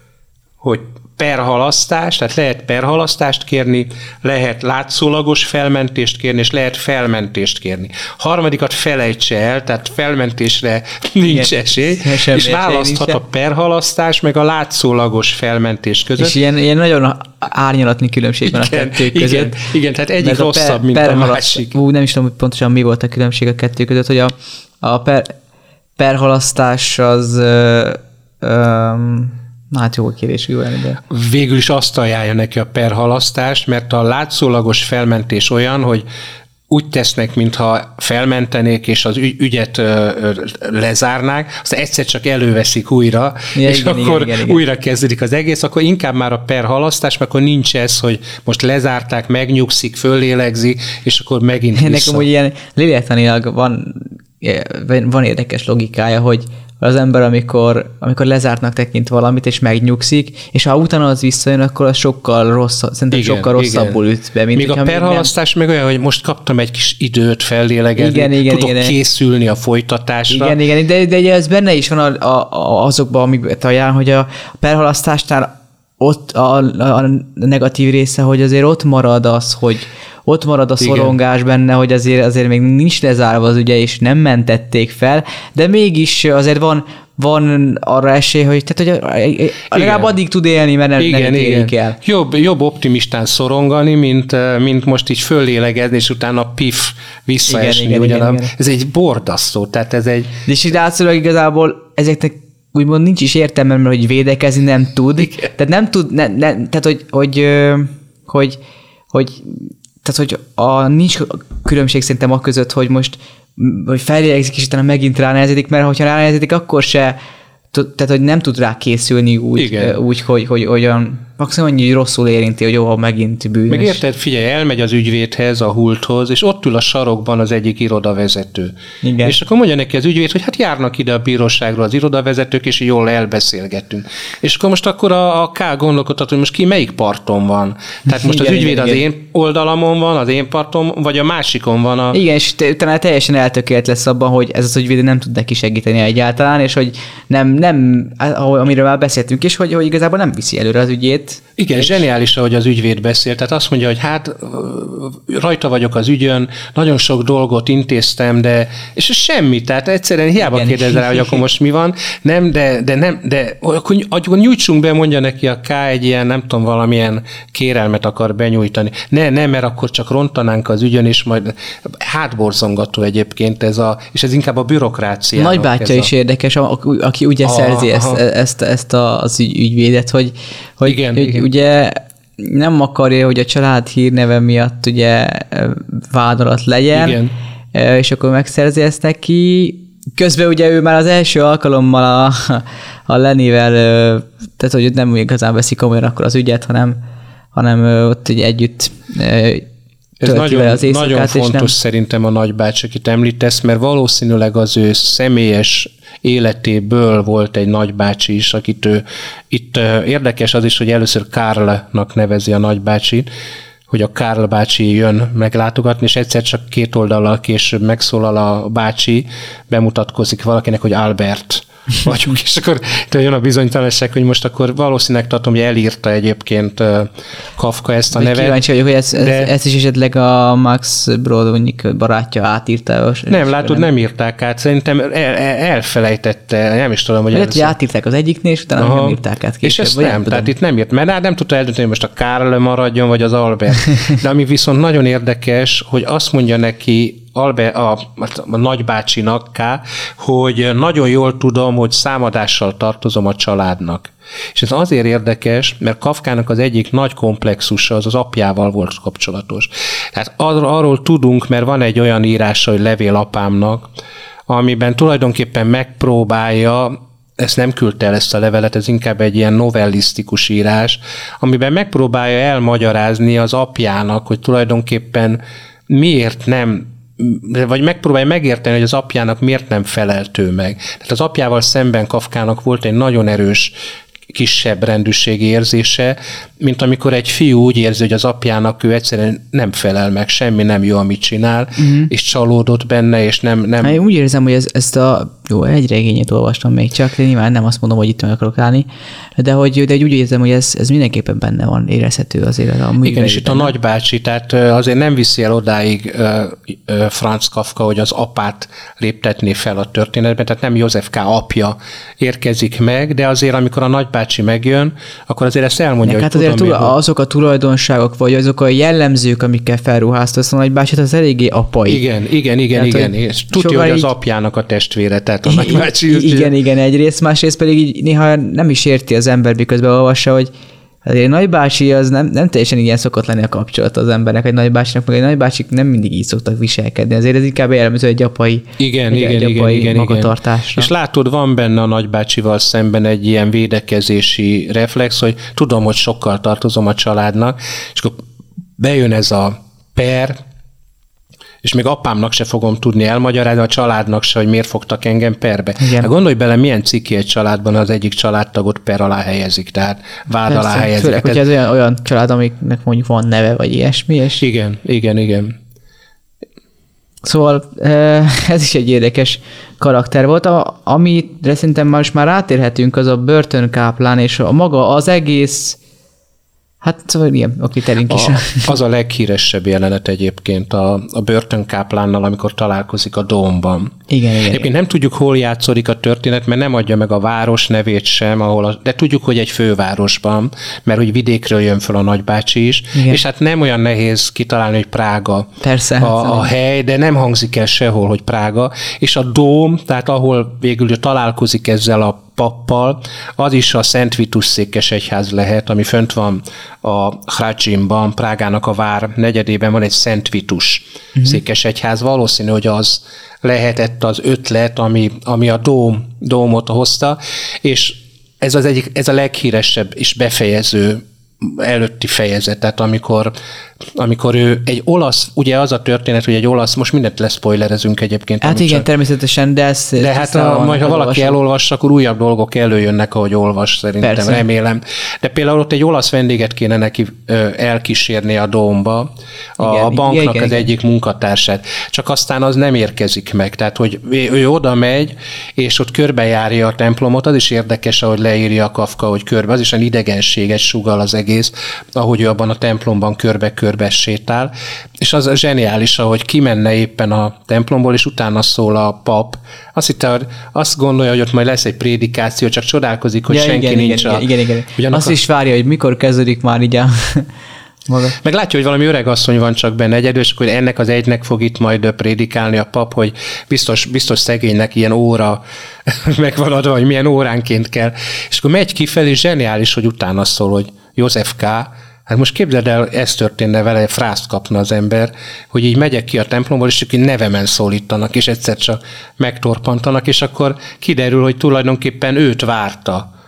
hogy perhalasztás, tehát lehet perhalasztást kérni, lehet látszólagos felmentést kérni, és lehet felmentést kérni. Harmadikat felejtse el, tehát felmentésre nincs igen, esély, és választhat a perhalasztás, meg a látszólagos felmentés között. És ilyen, ilyen nagyon árnyalatni különbség van igen, a kettő között. Igen, igen, tehát egyik rosszabb, per, mint per a másik. Ú, nem is tudom, hogy pontosan mi volt a különbség a kettő között, hogy a, a per, perhalasztás az... Ö, ö, Na hát jó kérdés, jó de... Végül is azt ajánlja neki a perhalasztást, mert a látszólagos felmentés olyan, hogy úgy tesznek, mintha felmentenék, és az ügy, ügyet ö, ö, lezárnák, aztán egyszer csak előveszik újra, ja, és igen, akkor igen, igen, újra igen. kezdődik az egész, akkor inkább már a perhalasztás, mert akkor nincs ez, hogy most lezárták, megnyugszik, föllélegzi, és akkor megint vissza. Nekem úgy ilyen lélektanilag van, van érdekes logikája, hogy az ember, amikor, amikor lezártnak tekint valamit, és megnyugszik, és ha utána az visszajön, akkor az sokkal rosszabb, szerintem igen, sokkal rosszabbul igen. üt be. Mint még a perhalasztás nem... meg olyan, hogy most kaptam egy kis időt fellélegezni, igen, igen, tudok igen, készülni a folytatásra. Igen, igen, de, de ugye ez benne is van a, a, a, azokban, amiket ajánl, hogy a perhalasztásnál ott a, a negatív része, hogy azért ott marad az, hogy ott marad a szorongás igen. benne, hogy azért, azért még nincs lezárva az ügye, és nem mentették fel, de mégis azért van, van arra esély, hogy, tehát, hogy legalább addig tud élni, mert nem, igen, nem érik el. Jobb, jobb optimistán szorongani, mint, mint most így föllélegezni, és utána pif, visszaesni. Igen, igen, igen, igen. Ez egy borzasztó, tehát ez egy... De és így látszólag igazából ezeknek úgymond nincs is értelme, mert hogy védekezni nem tud. Igen. Tehát nem tud, ne, ne, tehát hogy, hogy, hogy, hogy tehát, hogy a, nincs különbség szerintem a között, hogy most hogy fellélegzik, és utána megint ránehezedik, mert hogyha ránehezedik, akkor se, tehát, hogy nem tud rá készülni úgy, úgy hogy, hogy olyan maximum annyi rosszul érinti, hogy jó, megint bűnös. Meg érted, figyelj, elmegy az ügyvédhez, a hulthoz, és ott ül a sarokban az egyik irodavezető. Igen. És akkor mondja neki az ügyvéd, hogy hát járnak ide a bíróságról az irodavezetők, és jól elbeszélgetünk. És akkor most akkor a, a K gondolkodhat, hogy most ki melyik parton van. Tehát most igen, az ügyvéd igen, az igen. én oldalamon van, az én parton, vagy a másikon van a... Igen, és utána teljesen eltökélt lesz abban, hogy ez az ügyvéd nem tud neki segíteni egyáltalán, és hogy nem, nem amiről már beszéltünk is, hogy, hogy igazából nem viszi előre az ügyét. Igen, zseniális, ahogy az ügyvéd beszél. Tehát azt mondja, hogy hát rajta vagyok az ügyön, nagyon sok dolgot intéztem, de és semmi, tehát egyszerűen hiába kérdezel rá, hogy akkor most mi van. Nem, de, de nem, de akkor, akkor nyújtsunk be, mondja neki a K egy ilyen, nem tudom, valamilyen kérelmet akar benyújtani. Ne, ne, mert akkor csak rontanánk az ügyön, és majd hátborzongató egyébként ez a, és ez inkább a bürokrácia. Nagybátyja is a... érdekes, aki ugye aha, szerzi aha. ezt, ezt, ezt az ügyvédet, hogy, hogy igen, hogy igen. ugye nem akarja, hogy a család hírneve miatt ugye vád alatt legyen, igen. és akkor megszerzi ezt neki. Közben ugye ő már az első alkalommal a, a Lennivel, tehát hogy nem igazán veszi komolyan akkor az ügyet, hanem, hanem ott ugye együtt Ez nagyon, az nagyon fontos nem... szerintem a nagybácsi, akit említesz, mert valószínűleg az ő személyes életéből volt egy nagybácsi is, akit ő, itt érdekes az is, hogy először Karlnak nevezi a nagybácsit, hogy a Karl bácsi jön meglátogatni, és egyszer csak két oldallal később megszólal a bácsi, bemutatkozik valakinek, hogy Albert vagyunk, és akkor jön a bizonytalanság, hogy most akkor valószínűleg tartom, hogy elírta egyébként Kafka ezt a nevet. Kíváncsi vagyok, hogy ezt, de... ezt is esetleg a Max Brodonyik barátja átírta. Nem, látod, nem írták át. Szerintem el, el, elfelejtette, nem is tudom, hogy... Lehet, hogy átírták az egyiknél, és utána Aha. nem írták át később. És ezt nem, tehát itt nem írt, mert nem tudta eldönteni, hogy most a Karl maradjon, vagy az Albert. De ami viszont nagyon érdekes, hogy azt mondja neki Albert, a, a nagybácsinak, K, hogy nagyon jól tudom, hogy számadással tartozom a családnak. És ez azért érdekes, mert Kafkának az egyik nagy komplexusa az az apjával volt kapcsolatos. Tehát ar- arról tudunk, mert van egy olyan írása, hogy levél apámnak, amiben tulajdonképpen megpróbálja, ezt nem küldte el ezt a levelet, ez inkább egy ilyen novellisztikus írás, amiben megpróbálja elmagyarázni az apjának, hogy tulajdonképpen miért nem vagy megpróbálja megérteni, hogy az apjának miért nem felelt ő meg. Tehát az apjával szemben Kafkának volt egy nagyon erős kisebb rendűségi érzése, mint amikor egy fiú úgy érzi, hogy az apjának ő egyszerűen nem felel meg, semmi nem jó, amit csinál, uh-huh. és csalódott benne, és nem... nem... Hát én úgy érzem, hogy ez, ezt a... Jó, egy regényét olvastam még csak, de nyilván nem azt mondom, hogy itt meg akarok állni, de hogy, de úgy érzem, hogy ez, ez mindenképpen benne van, érezhető azért. A Igen, és itt a nagybácsi, tehát azért nem viszi el odáig uh, uh, Franz Kafka, hogy az apát léptetné fel a történetben, tehát nem József K. apja érkezik meg, de azért, amikor a nagybácsi megjön, akkor azért ezt elmondja, hogy hát azért túl, azok a tulajdonságok, vagy azok a jellemzők, amikkel felruházta ezt a nagybácsit, az eléggé apai. Igen, igen, igen, igen. És tudja, hogy az így... apjának a testvére, tehát a nagybácsi. Igen, igen, egyrészt, másrészt pedig így néha nem is érti az ember, miközben olvassa, hogy azért egy nagybácsi az nem, nem teljesen ilyen szokott lenni a kapcsolat az embernek, egy nagybácsinak, meg egy nagybácsik nem mindig így szoktak viselkedni, azért ez inkább jellemző egy apai, igen, egy, igen, egy igen, apai igen, magatartásra. És látod, van benne a nagybácsival szemben egy ilyen védekezési reflex, hogy tudom, hogy sokkal tartozom a családnak, és akkor bejön ez a per, és még apámnak se fogom tudni elmagyarázni, a családnak se, hogy miért fogtak engem perbe. Hát gondolj bele, milyen ciki egy családban az egyik családtagot per alá helyezik, tehát vád Persze, alá helyezik. Főleg, hogyha ez olyan, olyan család, amiknek mondjuk van neve, vagy ilyesmi. És... Igen, igen, igen. Szóval ez is egy érdekes karakter volt. A, amire szerintem most már rátérhetünk, az a börtönkáplán, és a maga az egész. Hát szóval ilyen, aki terünk is. A, az a leghíresebb jelenet egyébként a, a börtönkáplánnal, amikor találkozik a dómban. Igen, igen. Egyébként nem tudjuk, hol játszódik a történet, mert nem adja meg a város nevét sem, ahol a, de tudjuk, hogy egy fővárosban, mert hogy vidékről jön föl a nagybácsi is, igen. És hát nem olyan nehéz kitalálni, hogy Prága Persze, a, a hely, de nem hangzik el sehol, hogy Prága, és a dóm, tehát ahol végül találkozik ezzel a pappal, az is a Szent Vitus székesegyház lehet, ami fönt van a Hradčinban, Prágának a vár negyedében van egy Szent Vitus uh-huh. székesegyház. Valószínű, hogy az lehetett az ötlet, ami, ami a dóm, dómot hozta, és ez az egyik, ez a leghíresebb és befejező előtti fejezet, tehát amikor, amikor ő egy olasz, ugye az a történet, hogy egy olasz, most mindent leszpoilerezünk egyébként. Hát igen, csak, természetesen, de ez... De hát a, majd, ha valaki elolvassa, akkor újabb dolgok előjönnek, ahogy olvas, szerintem, Persze. remélem. De például ott egy olasz vendéget kéne neki ö, elkísérni a dómba, a, igen, a banknak igen, az igen. egyik munkatársát. Csak aztán az nem érkezik meg. Tehát, hogy ő, ő oda megy, és ott körbejárja a templomot, az is érdekes, ahogy leírja a Kafka, hogy körbe, az is egy idegenséget sugall az egész, ahogy ő abban a templomban körbe-körbe sétál, és az zseniális, ahogy kimenne éppen a templomból, és utána szól a pap. Azt hitte, hogy azt gondolja, hogy ott majd lesz egy prédikáció, csak csodálkozik, hogy ja, senki igen, nincs igen, a... Igen, igen, igen. Azt a... is várja, hogy mikor kezdődik már így a... Maga. Meg látja, hogy valami öreg asszony van csak benne egyedül, és akkor ennek az egynek fog itt majd prédikálni a pap, hogy biztos, biztos szegénynek ilyen óra megvan adva, hogy milyen óránként kell. És akkor megy kifelé, és zseniális, hogy utána szól, hogy József K. Hát most képzeld el, ez történne vele, frászt kapna az ember, hogy így megyek ki a templomból, és így nevemen szólítanak, és egyszer csak megtorpantanak, és akkor kiderül, hogy tulajdonképpen őt várta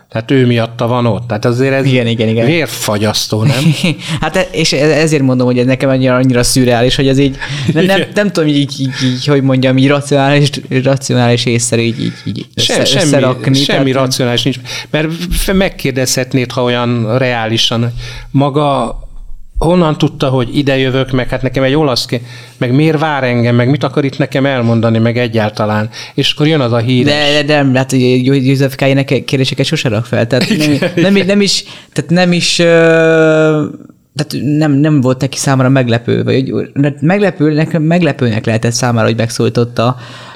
Tehát ő miatta van ott. Tehát azért ez igen, igen, igen. vérfagyasztó, nem? Hát és ezért mondom, hogy ez nekem annyira, annyira szürreális, hogy ez így, nem, nem, nem tudom, így, így, így, hogy mondjam, így racionális, racionális észszerű így, így, így Sem, össze, semmi, összerakni. Semmi tehát, racionális nincs. Mert megkérdezhetnéd, ha olyan reálisan, maga honnan tudta, hogy ide jövök, meg hát nekem egy olasz, meg miért vár engem, meg mit akar itt nekem elmondani, meg egyáltalán. És akkor jön az a hír. De, de nem, hát József K. ilyenek kérdéseket sose rak fel. Tehát nem, nem, nem is, tehát nem is, tehát nem, nem volt neki számára meglepő, vagy meglepő, meglepőnek lehetett számára, hogy megszólította.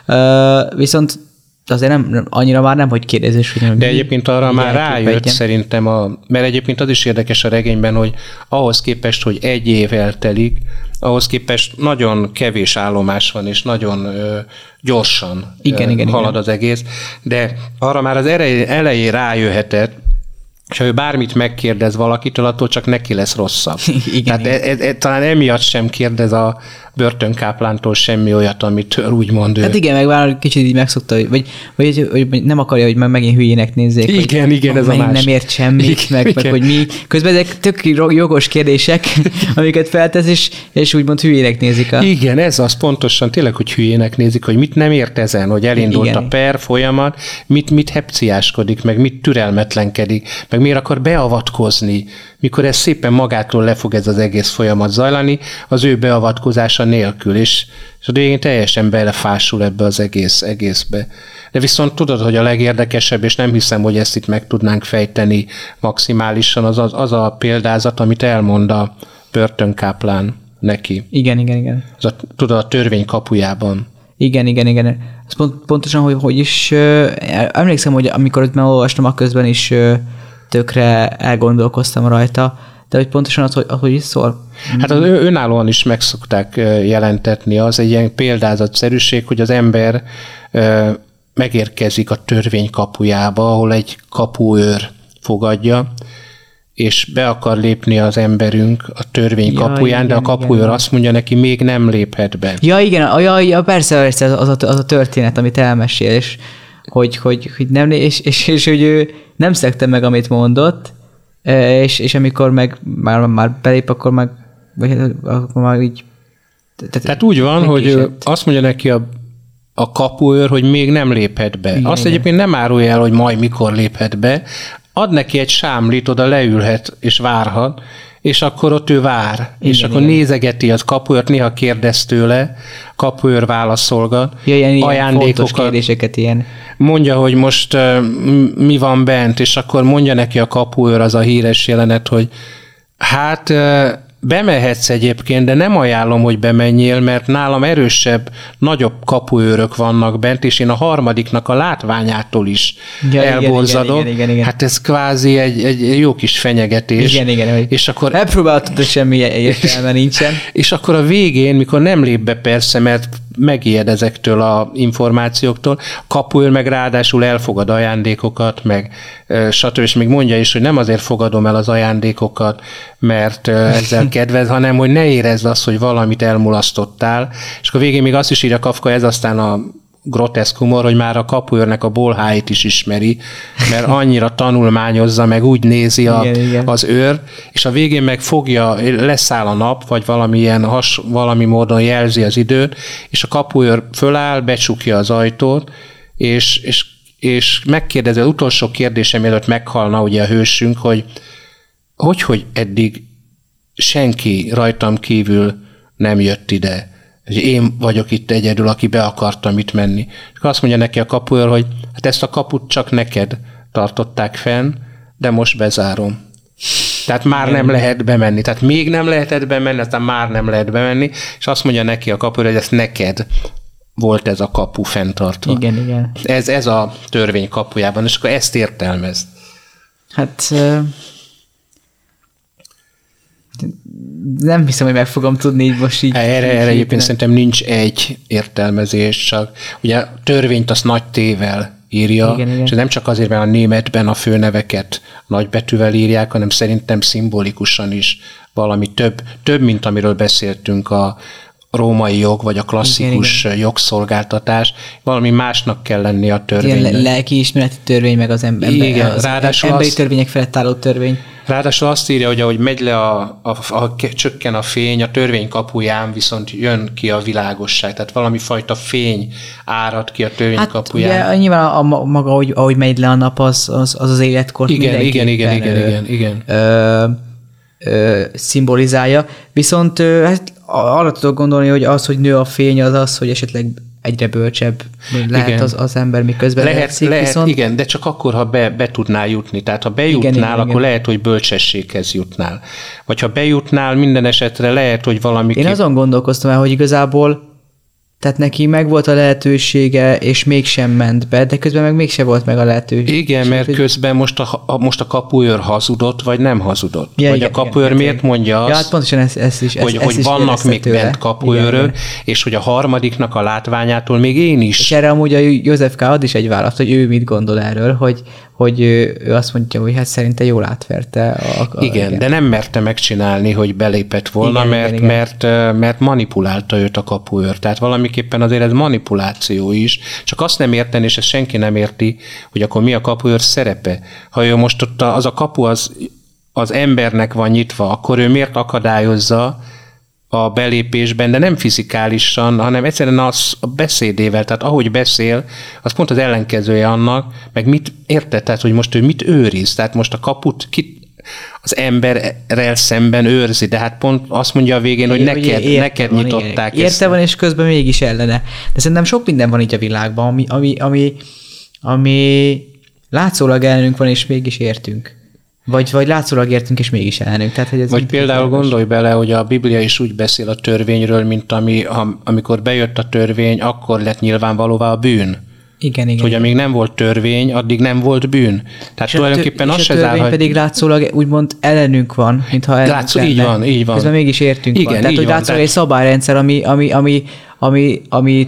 Viszont azért nem, nem, annyira már nem, hogy kérdezés. Hogy de egyébként arra már rájött szerintem, a, mert egyébként az is érdekes a regényben, hogy ahhoz képest, hogy egy év eltelik, ahhoz képest nagyon kevés állomás van, és nagyon ö, gyorsan igen, ö, igen, halad igen. az egész, de arra már az elején rájöhetett, és ha ő bármit megkérdez valakitől, attól csak neki lesz rosszabb. Igen, Tehát e, e, e, talán emiatt sem kérdez a börtönkáplántól semmi olyat, amit úgy mond ő. Hát igen, meg már kicsit így megszokta, vagy, vagy, vagy nem akarja, hogy meg megint hülyének nézzék. Igen, vagy, igen, ez a más. Nem ért semmit, igen, meg, igen. meg hogy mi. Közben ezek tök jogos kérdések, amiket feltesz, és, és úgymond hülyének nézik. A... Igen, ez az pontosan, tényleg, hogy hülyének nézik, hogy mit nem ért ezen, hogy elindult igen. a per folyamat, mit, mit hepciáskodik, meg mit türelmetlenkedik, meg miért akar beavatkozni, mikor ez szépen magától le fog ez az egész folyamat zajlani, az ő beavatkozása nélkül, és, és a végén teljesen belefásul ebbe az egész egészbe. De viszont tudod, hogy a legérdekesebb, és nem hiszem, hogy ezt itt meg tudnánk fejteni maximálisan, az, az, az a példázat, amit elmond a börtönkáplán neki. Igen, igen, igen. Az a, tudod, a törvény kapujában. Igen, igen, igen. Ez pont, pontosan, hogy, hogy is, uh, emlékszem, hogy amikor ott már olvastam, akközben is uh, tökre elgondolkoztam rajta, de hogy pontosan az, hogy, hogy is szól. Hát az önállóan is meg szokták jelentetni, az egy ilyen példázatszerűség, hogy az ember uh, megérkezik a törvény kapujába, ahol egy kapuőr fogadja, és be akar lépni az emberünk a törvény ja, kapuján, igen, de a kapuőr igen. azt mondja neki, még nem léphet be. Ja, igen, ja, ja, persze, persze az, a, az a történet, amit elmesél, és hogy, hogy, hogy nem, és, és, és hogy ő nem szegte meg, amit mondott, és, és amikor meg már, már belép, akkor meg, vagy akkor már így... Tehát, tehát úgy van, hogy ő azt mondja neki a, a kapuőr, hogy még nem léphet be. Igen, azt igen. egyébként nem árulja el, hogy majd mikor léphet be, ad neki egy sámlit, oda leülhet és várhat, és akkor ott ő vár, igen, és akkor igen. nézegeti az kapuőrt, néha kérdez tőle, kapuőr válaszolgat, ja, ilyen, ajándékokat. Ilyen kérdéseket ilyen. Mondja, hogy most uh, mi van bent, és akkor mondja neki a kapuőr, az a híres jelenet, hogy hát uh, bemehetsz egyébként, de nem ajánlom, hogy bemenjél, mert nálam erősebb, nagyobb kapuőrök vannak bent, és én a harmadiknak a látványától is ja, elborzadok. Igen, igen, igen, igen. Hát ez kvázi egy, egy jó kis fenyegetés. Igen, igen. És akkor elpróbáltad, hogy semmi értelme nincsen. És akkor a végén, mikor nem lép be persze, mert megijed ezektől az információktól, kapuőr meg ráadásul elfogad ajándékokat, meg stb. És még mondja is, hogy nem azért fogadom el az ajándékokat, mert ezzel kedvez, hanem hogy ne érezd azt, hogy valamit elmulasztottál. És akkor végén még azt is írja Kafka, ez aztán a groteszk humor, hogy már a kapuőrnek a bolháit is ismeri, mert annyira tanulmányozza, meg úgy nézi a, igen, igen. az őr, és a végén meg fogja, leszáll a nap, vagy valamilyen has, valami módon jelzi az időt, és a kapuőr föláll, becsukja az ajtót, és, és, és megkérdezi, az utolsó kérdése mielőtt meghalna ugye a hősünk, hogy hogy, hogy eddig senki rajtam kívül nem jött ide, hogy én vagyok itt egyedül, aki be akartam itt menni. És azt mondja neki a kapuőr, hogy hát ezt a kaput csak neked tartották fenn, de most bezárom. Tehát már nem lehet bemenni. Tehát még nem lehetett bemenni, aztán már nem lehet bemenni, és azt mondja neki a kapuőr, hogy ez neked volt ez a kapu fenntartva. Igen, igen. Ez, ez a törvény kapujában, és akkor ezt értelmez. Hát... Uh... nem hiszem, hogy meg fogom tudni így most így. Erre, erre egyébként szerintem nincs egy értelmezés, csak ugye a törvényt azt nagy T-vel írja, igen, igen. És nem csak azért, mert a németben a főneveket nagybetűvel írják, hanem szerintem szimbolikusan is valami több, több mint amiről beszéltünk a, római jog, vagy a klasszikus igen, igen. jogszolgáltatás, valami másnak kell lenni a törvénynek. Igen, lelkiismereti törvény, meg az, ember, igen, az ráadásul emberi azt, törvények felett álló törvény. Ráadásul azt írja, hogy ahogy megy le, a, a, a, a, csökken a fény, a törvény kapuján viszont jön ki a világosság, tehát valami fajta fény árad ki a törvény hát, kapuján. Ugye, nyilván a, a maga, ahogy, ahogy megy le a nap, az az, az, az életkort igen, igen, igen, igen, ö, igen, igen. Ö, ö, szimbolizálja. Viszont ö, hát arra tudok gondolni, hogy az, hogy nő a fény, az az, hogy esetleg egyre bölcsebb lehet az, az ember, miközben lehet, lehekszik, lehet viszont... igen, de csak akkor, ha be, be tudnál jutni. Tehát ha bejutnál, igen, igen, akkor igen. lehet, hogy bölcsességhez jutnál. Vagy ha bejutnál, minden esetre lehet, hogy valami... Én azon gondolkoztam el, hogy igazából tehát neki megvolt a lehetősége, és mégsem ment be, de közben meg mégse volt meg a lehetőség. Igen, mert hogy... közben most a, a, most a kapuőr hazudott, vagy nem hazudott. Ja, vagy igen, a kapuőr igen, miért igen. mondja azt, ja, hát pontosan ez, ez is, hogy, ez, hogy is vannak még tőle. bent kapuőrök, igen, és hogy a harmadiknak a látványától még én is. És erre amúgy a József K. ad is egy választ, hogy ő mit gondol erről, hogy, hogy ő, ő azt mondja, hogy hát szerinte jól átverte. A, a, igen, igen, de nem merte megcsinálni, hogy belépett volna, igen, mert, igen, mert, mert, mert manipulálta őt a kapuőr. Tehát valamiképpen azért ez manipuláció is. Csak azt nem érteni, és ezt senki nem érti, hogy akkor mi a kapuőr szerepe. Ha ő most ott az a kapu az, az embernek van nyitva, akkor ő miért akadályozza a belépésben, de nem fizikálisan, hanem egyszerűen az a beszédével, tehát ahogy beszél, az pont az ellenkezője annak, meg mit érted, tehát hogy most ő mit őriz, tehát most a kaput ki, az emberrel szemben őrzi, de hát pont azt mondja a végén, hogy neked, érte neked van, nyitották igen. Érte van, és közben mégis ellene. De szerintem sok minden van így a világban, ami, ami, ami, ami látszólag ellenünk van, és mégis értünk. Vagy, vagy látszólag értünk, és mégis ellenünk. Tehát, hogy ez vagy például gondolj bele, hogy a Biblia is úgy beszél a törvényről, mint ami, amikor bejött a törvény, akkor lett nyilvánvalóvá a bűn. Igen, igen. Hogy amíg nem volt törvény, addig nem volt bűn. Tehát és tulajdonképpen az se zár, hogy... a törvény pedig látszólag úgymond ellenünk van, mintha ellenünk Látszó, így van, így van. Közben mégis értünk igen, van. Tehát, hogy látszólag tehát... egy szabályrendszer, ami, ami, ami, ami, ami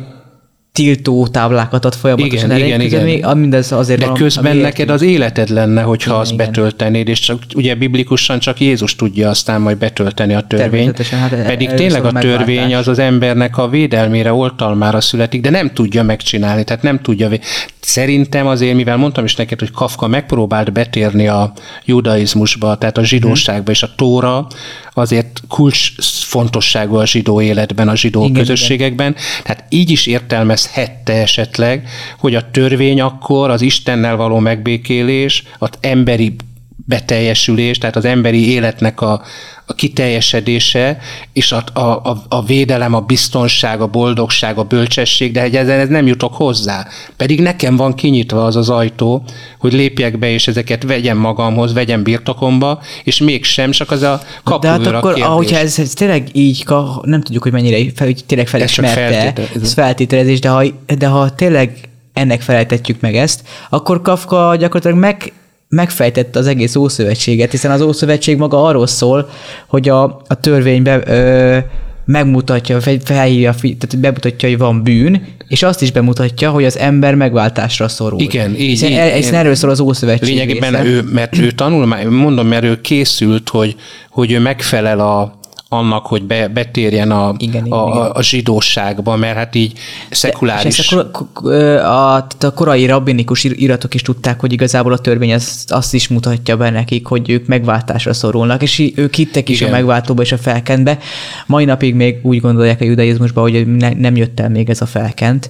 tiltó táblákat ad folyamatosan igen, igen, igen. Még, mindez azért de van, közben neked az életed lenne, hogyha igen, azt igen. betöltenéd, és csak, ugye biblikusan csak Jézus tudja aztán majd betölteni a törvényt. Hát pedig tényleg a törvény megváltás. Az az embernek a védelmére, oltalmára születik, de nem tudja megcsinálni, tehát nem tudja. Szerintem azért, mivel mondtam is neked, hogy Kafka megpróbált betérni a judaizmusba, tehát a zsidóságba, és a Tóra azért kulcs fontosságú a zsidó életben, a zsidó igen, közösségekben. Igen. Tehát így is értelmezhette esetleg, hogy a törvény akkor az Istennel való megbékélés, az emberi beteljesülés, tehát az emberi életnek a, a kiteljesedése, és a, a, a védelem, a biztonság, a boldogság, a bölcsesség, de egy ezen ez nem jutok hozzá. Pedig nekem van kinyitva az az ajtó, hogy lépjek be, és ezeket vegyem magamhoz, vegyem birtokomba, és mégsem, csak az a kapuőr de hát akkor, ahogyha ez, ez tényleg így, nem tudjuk, hogy mennyire fel, hogy tényleg felismerte, ez, ez feltételezés, de ha, de ha tényleg ennek felejtetjük meg ezt, akkor Kafka gyakorlatilag meg megfejtette az egész Ószövetséget, hiszen az Ószövetség maga arról szól, hogy a, a törvénybe ö, megmutatja, felhívja, tehát bemutatja, hogy van bűn, és azt is bemutatja, hogy az ember megváltásra szorul. Igen, így. Hiszen, így, hiszen erről szól az Ószövetség. Lényegében ő, mert ő tanul, mondom, mert ő készült, hogy, hogy ő megfelel a annak, hogy be, betérjen a, igen, a, igen, a, a zsidóságba, mert hát így szekuláris... És a, a, a korai rabbinikus iratok is tudták, hogy igazából a törvény az, azt is mutatja be nekik, hogy ők megváltásra szorulnak, és ők hittek is igen. a megváltóba és a felkentbe. Mai napig még úgy gondolják a judaizmusban, hogy ne, nem jött el még ez a felkent,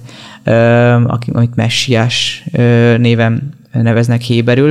amit messiás néven neveznek héberül.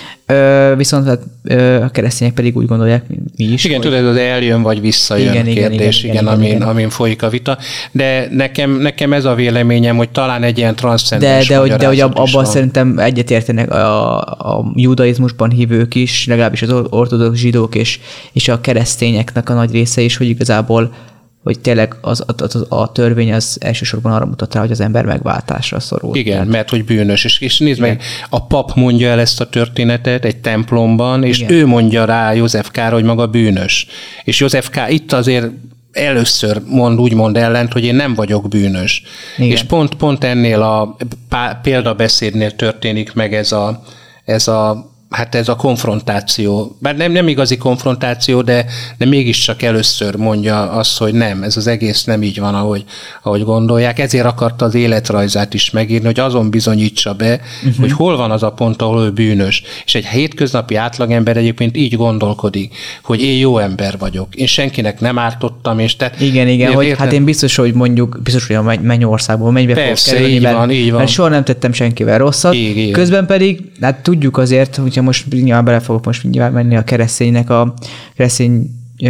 Ö, viszont hát, ö, a keresztények pedig úgy gondolják, mi is. Igen, hogy... tudod, az eljön vagy visszajön igen, kérdés, igen, igen, igen, amin, igen. amin folyik a vita, de nekem, nekem ez a véleményem, hogy talán egy ilyen transzcendens de, de, hogy, de hogy abban van. Szerintem egyetértenek a, a judaizmusban hívők is, legalábbis az ortodox zsidók és, és a keresztényeknek a nagy része is, hogy igazából hogy tényleg az, az, az, a törvény az elsősorban arra mutat rá, hogy az ember megváltásra szorul. Igen, tehát... mert hogy bűnös. És, és nézd igen. meg, a pap mondja el ezt a történetet egy templomban, és igen. ő mondja rá József K-ra, hogy maga bűnös. És József K. itt azért először mond úgy mond ellent, hogy én nem vagyok bűnös. Igen. És pont, pont ennél a példabeszédnél történik meg ez a, ez a hát ez a konfrontáció, bár nem, nem igazi konfrontáció, de, de mégiscsak először mondja azt, hogy nem, ez az egész nem így van, ahogy, ahogy gondolják. Ezért akarta az életrajzát is megírni, hogy azon bizonyítsa be, uh-huh. hogy hol van az a pont, ahol ő bűnös. És egy hétköznapi átlagember egyébként így gondolkodik, hogy én jó ember vagyok, én senkinek nem ártottam, és tehát... Igen, igen, hogy értem, hát én biztos, hogy mondjuk, biztos, hogy a Mennyországból mennybe fogok kerülni, így mert, van, így van. mert soha nem tettem senkivel rosszat. Így, így. Közben pedig, hát tudjuk azért, hogyha most nyilván bele fogok most nyilván menni a kereszténynek, a keresztény,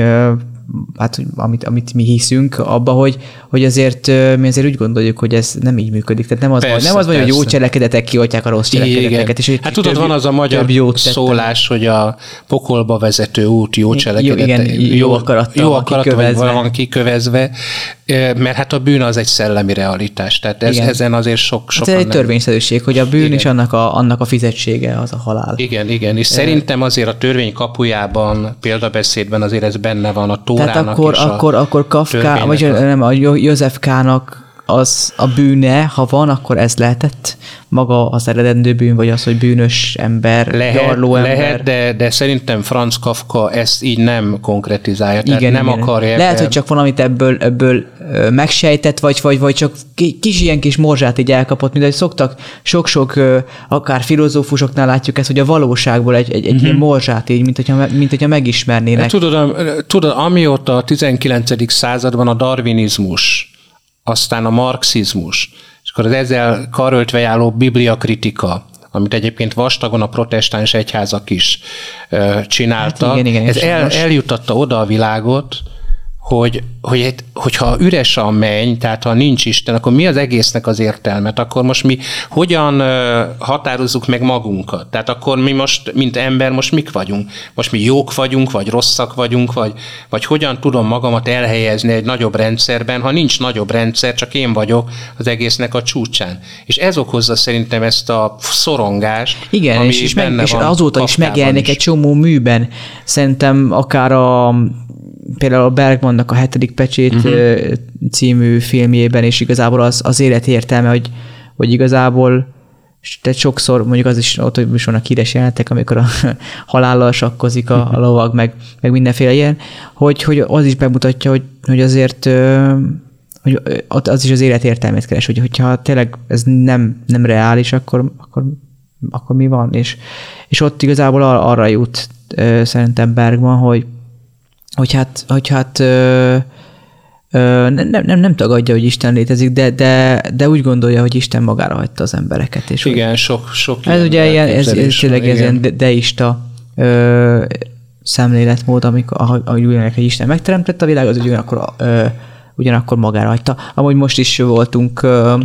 hát amit, amit mi hiszünk abba, hogy, hogy azért mi azért úgy gondoljuk, hogy ez nem így működik. Tehát nem az, persze, nem az van, hogy jó cselekedetek kioltják a rossz cselekedeteket. És hát tudod, van az a magyar szólás, hogy a pokolba vezető út jó cselekedetek. Jó, igen, jó akarattal, jó akarattal vagy van kikövezve, mert hát a bűn az egy szellemi realitás. Tehát ez, ezen azért sok, sokan hát ez egy törvényszerűség, hogy a bűn igen. és annak a, annak a fizetsége az a halál. Igen, igen, és e... szerintem azért a törvény kapujában, példabeszédben azért ez benne van a Tórának. Tehát akkor, akkor, akkor Kafka, vagy nem, a József K-nak az a bűne, ha van, akkor ez lehetett maga az eredendő bűn, vagy az, hogy bűnös ember, lehet, gyarló ember. Lehet, de, de szerintem Franz Kafka ezt így nem konkretizálja, tehát igen, nem igen. akarja. Lehet, hogy csak valamit ebből, ebből megsejtett, vagy, vagy, vagy csak kis ilyen kis morzsát így elkapott, mint ahogy szoktak sok-sok, akár filozófusoknál látjuk ezt, hogy a valóságból egy, egy, egy uh-huh. ilyen morzsát így, mint hogyha, mint hogyha megismernének. Tudod, tudod, amióta a tizenkillencedik században a darwinizmus, aztán a marxizmus, és akkor az ezzel karöltve járó bibliakritika, amit egyébként vastagon a protestáns egyházak is ö, csináltak, hát igen, igen, ez el, eljutatta oda a világot, hogy, hogy, hogyha üres a menny, tehát ha nincs Isten, akkor mi az egésznek az értelmet? Akkor most mi hogyan határozzuk meg magunkat? Tehát akkor mi most, mint ember, most mik vagyunk? Most mi jók vagyunk, vagy rosszak vagyunk, vagy, vagy hogyan tudom magamat elhelyezni egy nagyobb rendszerben, ha nincs nagyobb rendszer, csak én vagyok az egésznek a csúcsán. És ez okozza szerintem ezt a szorongást, igen, ami és, és, benne meg, és van azóta is megjelenik egy csomó műben. Szerintem akár a például a Bergmannak a hetedik pecsét uh-huh. című filmjében, és igazából az, az élet értelme, hogy, hogy igazából tehát sokszor, mondjuk az is, ott is vannak híres jelenetek, amikor a halállal sakkozik a, a lovag, meg, meg mindenféle ilyen, hogy, hogy az is bemutatja, hogy, hogy azért hogy az is az élet értelmét keres, hogy, hogyha tényleg ez nem, nem reális, akkor, akkor, akkor mi van? És, és ott igazából arra jut szerintem Bergman, hogy hogy hát, hogy hát ö, ö, nem, nem, nem tagadja, hogy Isten létezik, de, de, de úgy gondolja, hogy Isten magára hagyta az embereket. És igen, hogy, sok, sok ez ugye ilyen, ez, ez tényleg ez ilyen deista ö, szemléletmód, amikor, ahogy úgy hogy Isten megteremtette a világ, az ugyanakkor, ö, ugyanakkor magára hagyta. Amúgy most is voltunk ö,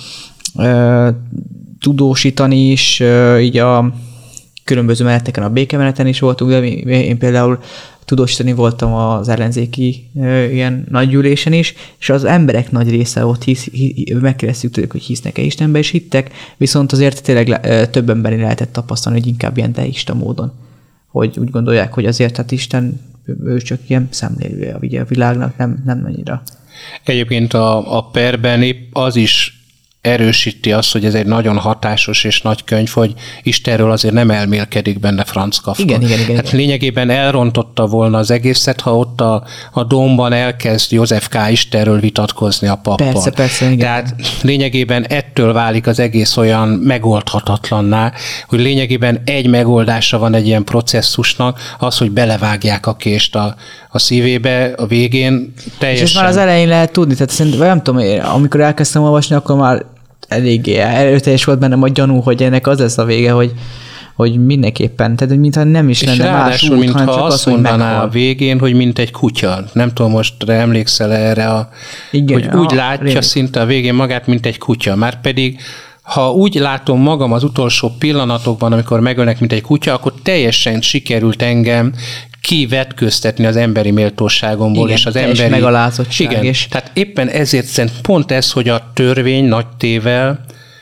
ö, tudósítani is, ö, így a különböző meneteken, a békemeneten is voltunk, de én például tudósítani voltam az ellenzéki ö, ilyen nagygyűlésen is, és az emberek nagy része ott hisz, hi, megkérdeztük tőlük, hogy hisznek-e Istenbe, és hittek, viszont azért tényleg ö, több emberi lehetett tapasztalni, hogy inkább ilyen deista módon, hogy úgy gondolják, hogy azért hát Isten ő csak ilyen szemlélője a világnak, nem, nem annyira. Egyébként a, a perben épp az is erősíti azt, hogy ez egy nagyon hatásos és nagy könyv, hogy Istenről azért nem elmélkedik benne Franz Kafka. Igen, igen, igen, hát igen. lényegében elrontotta volna az egészet, ha ott a, a dómban elkezd József K. Istenről vitatkozni a pappal. Persze, persze, igen. Tehát lényegében ettől válik az egész olyan megoldhatatlanná, hogy lényegében egy megoldása van egy ilyen processzusnak, az, hogy belevágják a kést a, a szívébe, a végén teljesen... És ezt már az elején lehet tudni, tehát szerintem, nem tudom, amikor elkezdtem olvasni, akkor már eléggé erőteljes volt bennem a gyanú, hogy ennek az lesz a vége, hogy, hogy mindenképpen, tehát mintha nem is lenne más út, mintha hanem csak azt az, hogy mondaná a végén, hogy mint egy kutya. Nem tudom, most emlékszel erre, a, igen, hogy úgy a, látja rémi. Szinte a végén magát, mint egy kutya. Már pedig ha úgy látom magam az utolsó pillanatokban, amikor megölnek, mint egy kutya, akkor teljesen sikerült engem kivetköztetni az emberi méltóságomból, igen, és az emberi... megalázottság. Igen, és... tehát éppen ezért szerint pont ez, hogy a törvény nagy tével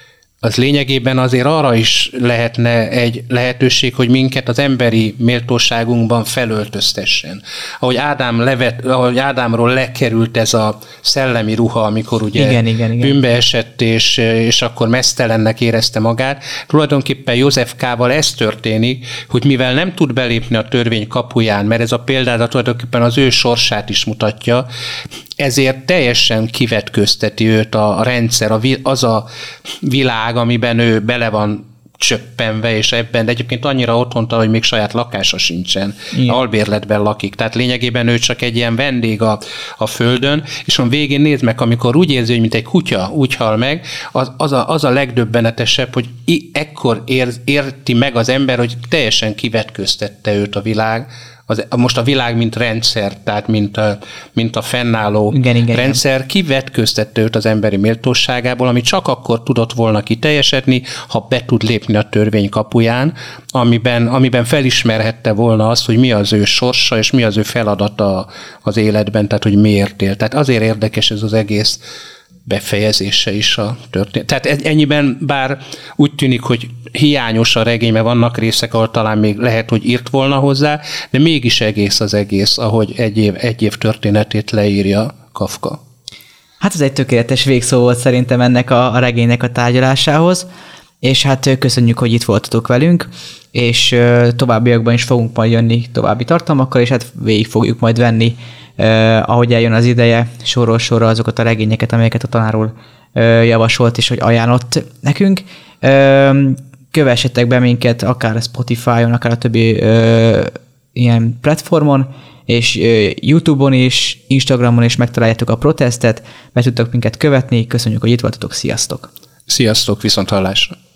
az lényegében azért arra is lehetne egy lehetőség, hogy minket az emberi méltóságunkban felöltöztessen. Ahogy Ádám levet, ahogy Ádámról lekerült ez a szellemi ruha, amikor ugye igen, igen, igen. bűnbe esett, és, és akkor meztelennek érezte magát. Tulajdonképpen Józsefkával ez történik, hogy mivel nem tud belépni a törvény kapuján, mert ez a példázat tulajdonképpen az ő sorsát is mutatja, ezért teljesen kivetközteti őt a, a rendszer, a, az a világ, amiben ő bele van csöppenve, és ebben, de egyébként annyira otthonta, hogy még saját lakása sincsen. Igen. Albérletben lakik. Tehát lényegében ő csak egy ilyen vendég a, a földön, és a végén nézd meg, amikor úgy érzi, hogy mint egy kutya úgy hal meg, az, az, a, az a legdöbbenetesebb, hogy i, ekkor ér, érti meg az ember, hogy teljesen kivetköztette őt a világ, Az, most a világ, mint rendszer, tehát mint a, mint a fennálló igen, igen, rendszer, igen. Kivetköztette őt az emberi méltóságából, ami csak akkor tudott volna kiteljesedni, ha be tud lépni a törvény kapuján, amiben, amiben felismerhette volna azt, hogy mi az ő sorsa, és mi az ő feladata az életben, tehát hogy miért él. Tehát azért érdekes ez az egész befejezése is a történet. Tehát ennyiben bár úgy tűnik, hogy hiányos a regény, mert vannak részek, ahol talán még lehet, hogy írt volna hozzá, de mégis egész az egész, ahogy egy év, egy év történetét leírja Kafka. Hát ez egy tökéletes végszó volt szerintem ennek a, a regénynek a tárgyalásához, és hát köszönjük, hogy itt voltatok velünk, és továbbiakban is fogunk majd jönni további tartalmakkal, és hát végig fogjuk majd venni, Uh, ahogy eljön az ideje, sorról sorra azokat a regényeket, amelyeket a tanár úr uh, javasolt és hogy ajánlott nekünk. Uh, kövessetek be minket akár a Spotify-on, akár a többi uh, ilyen platformon, és uh, YouTube-on is, Instagramon is megtaláljátok a protestet, be tudtok minket követni. Köszönjük, hogy itt voltatok. Sziasztok! Sziasztok, viszont hallásra!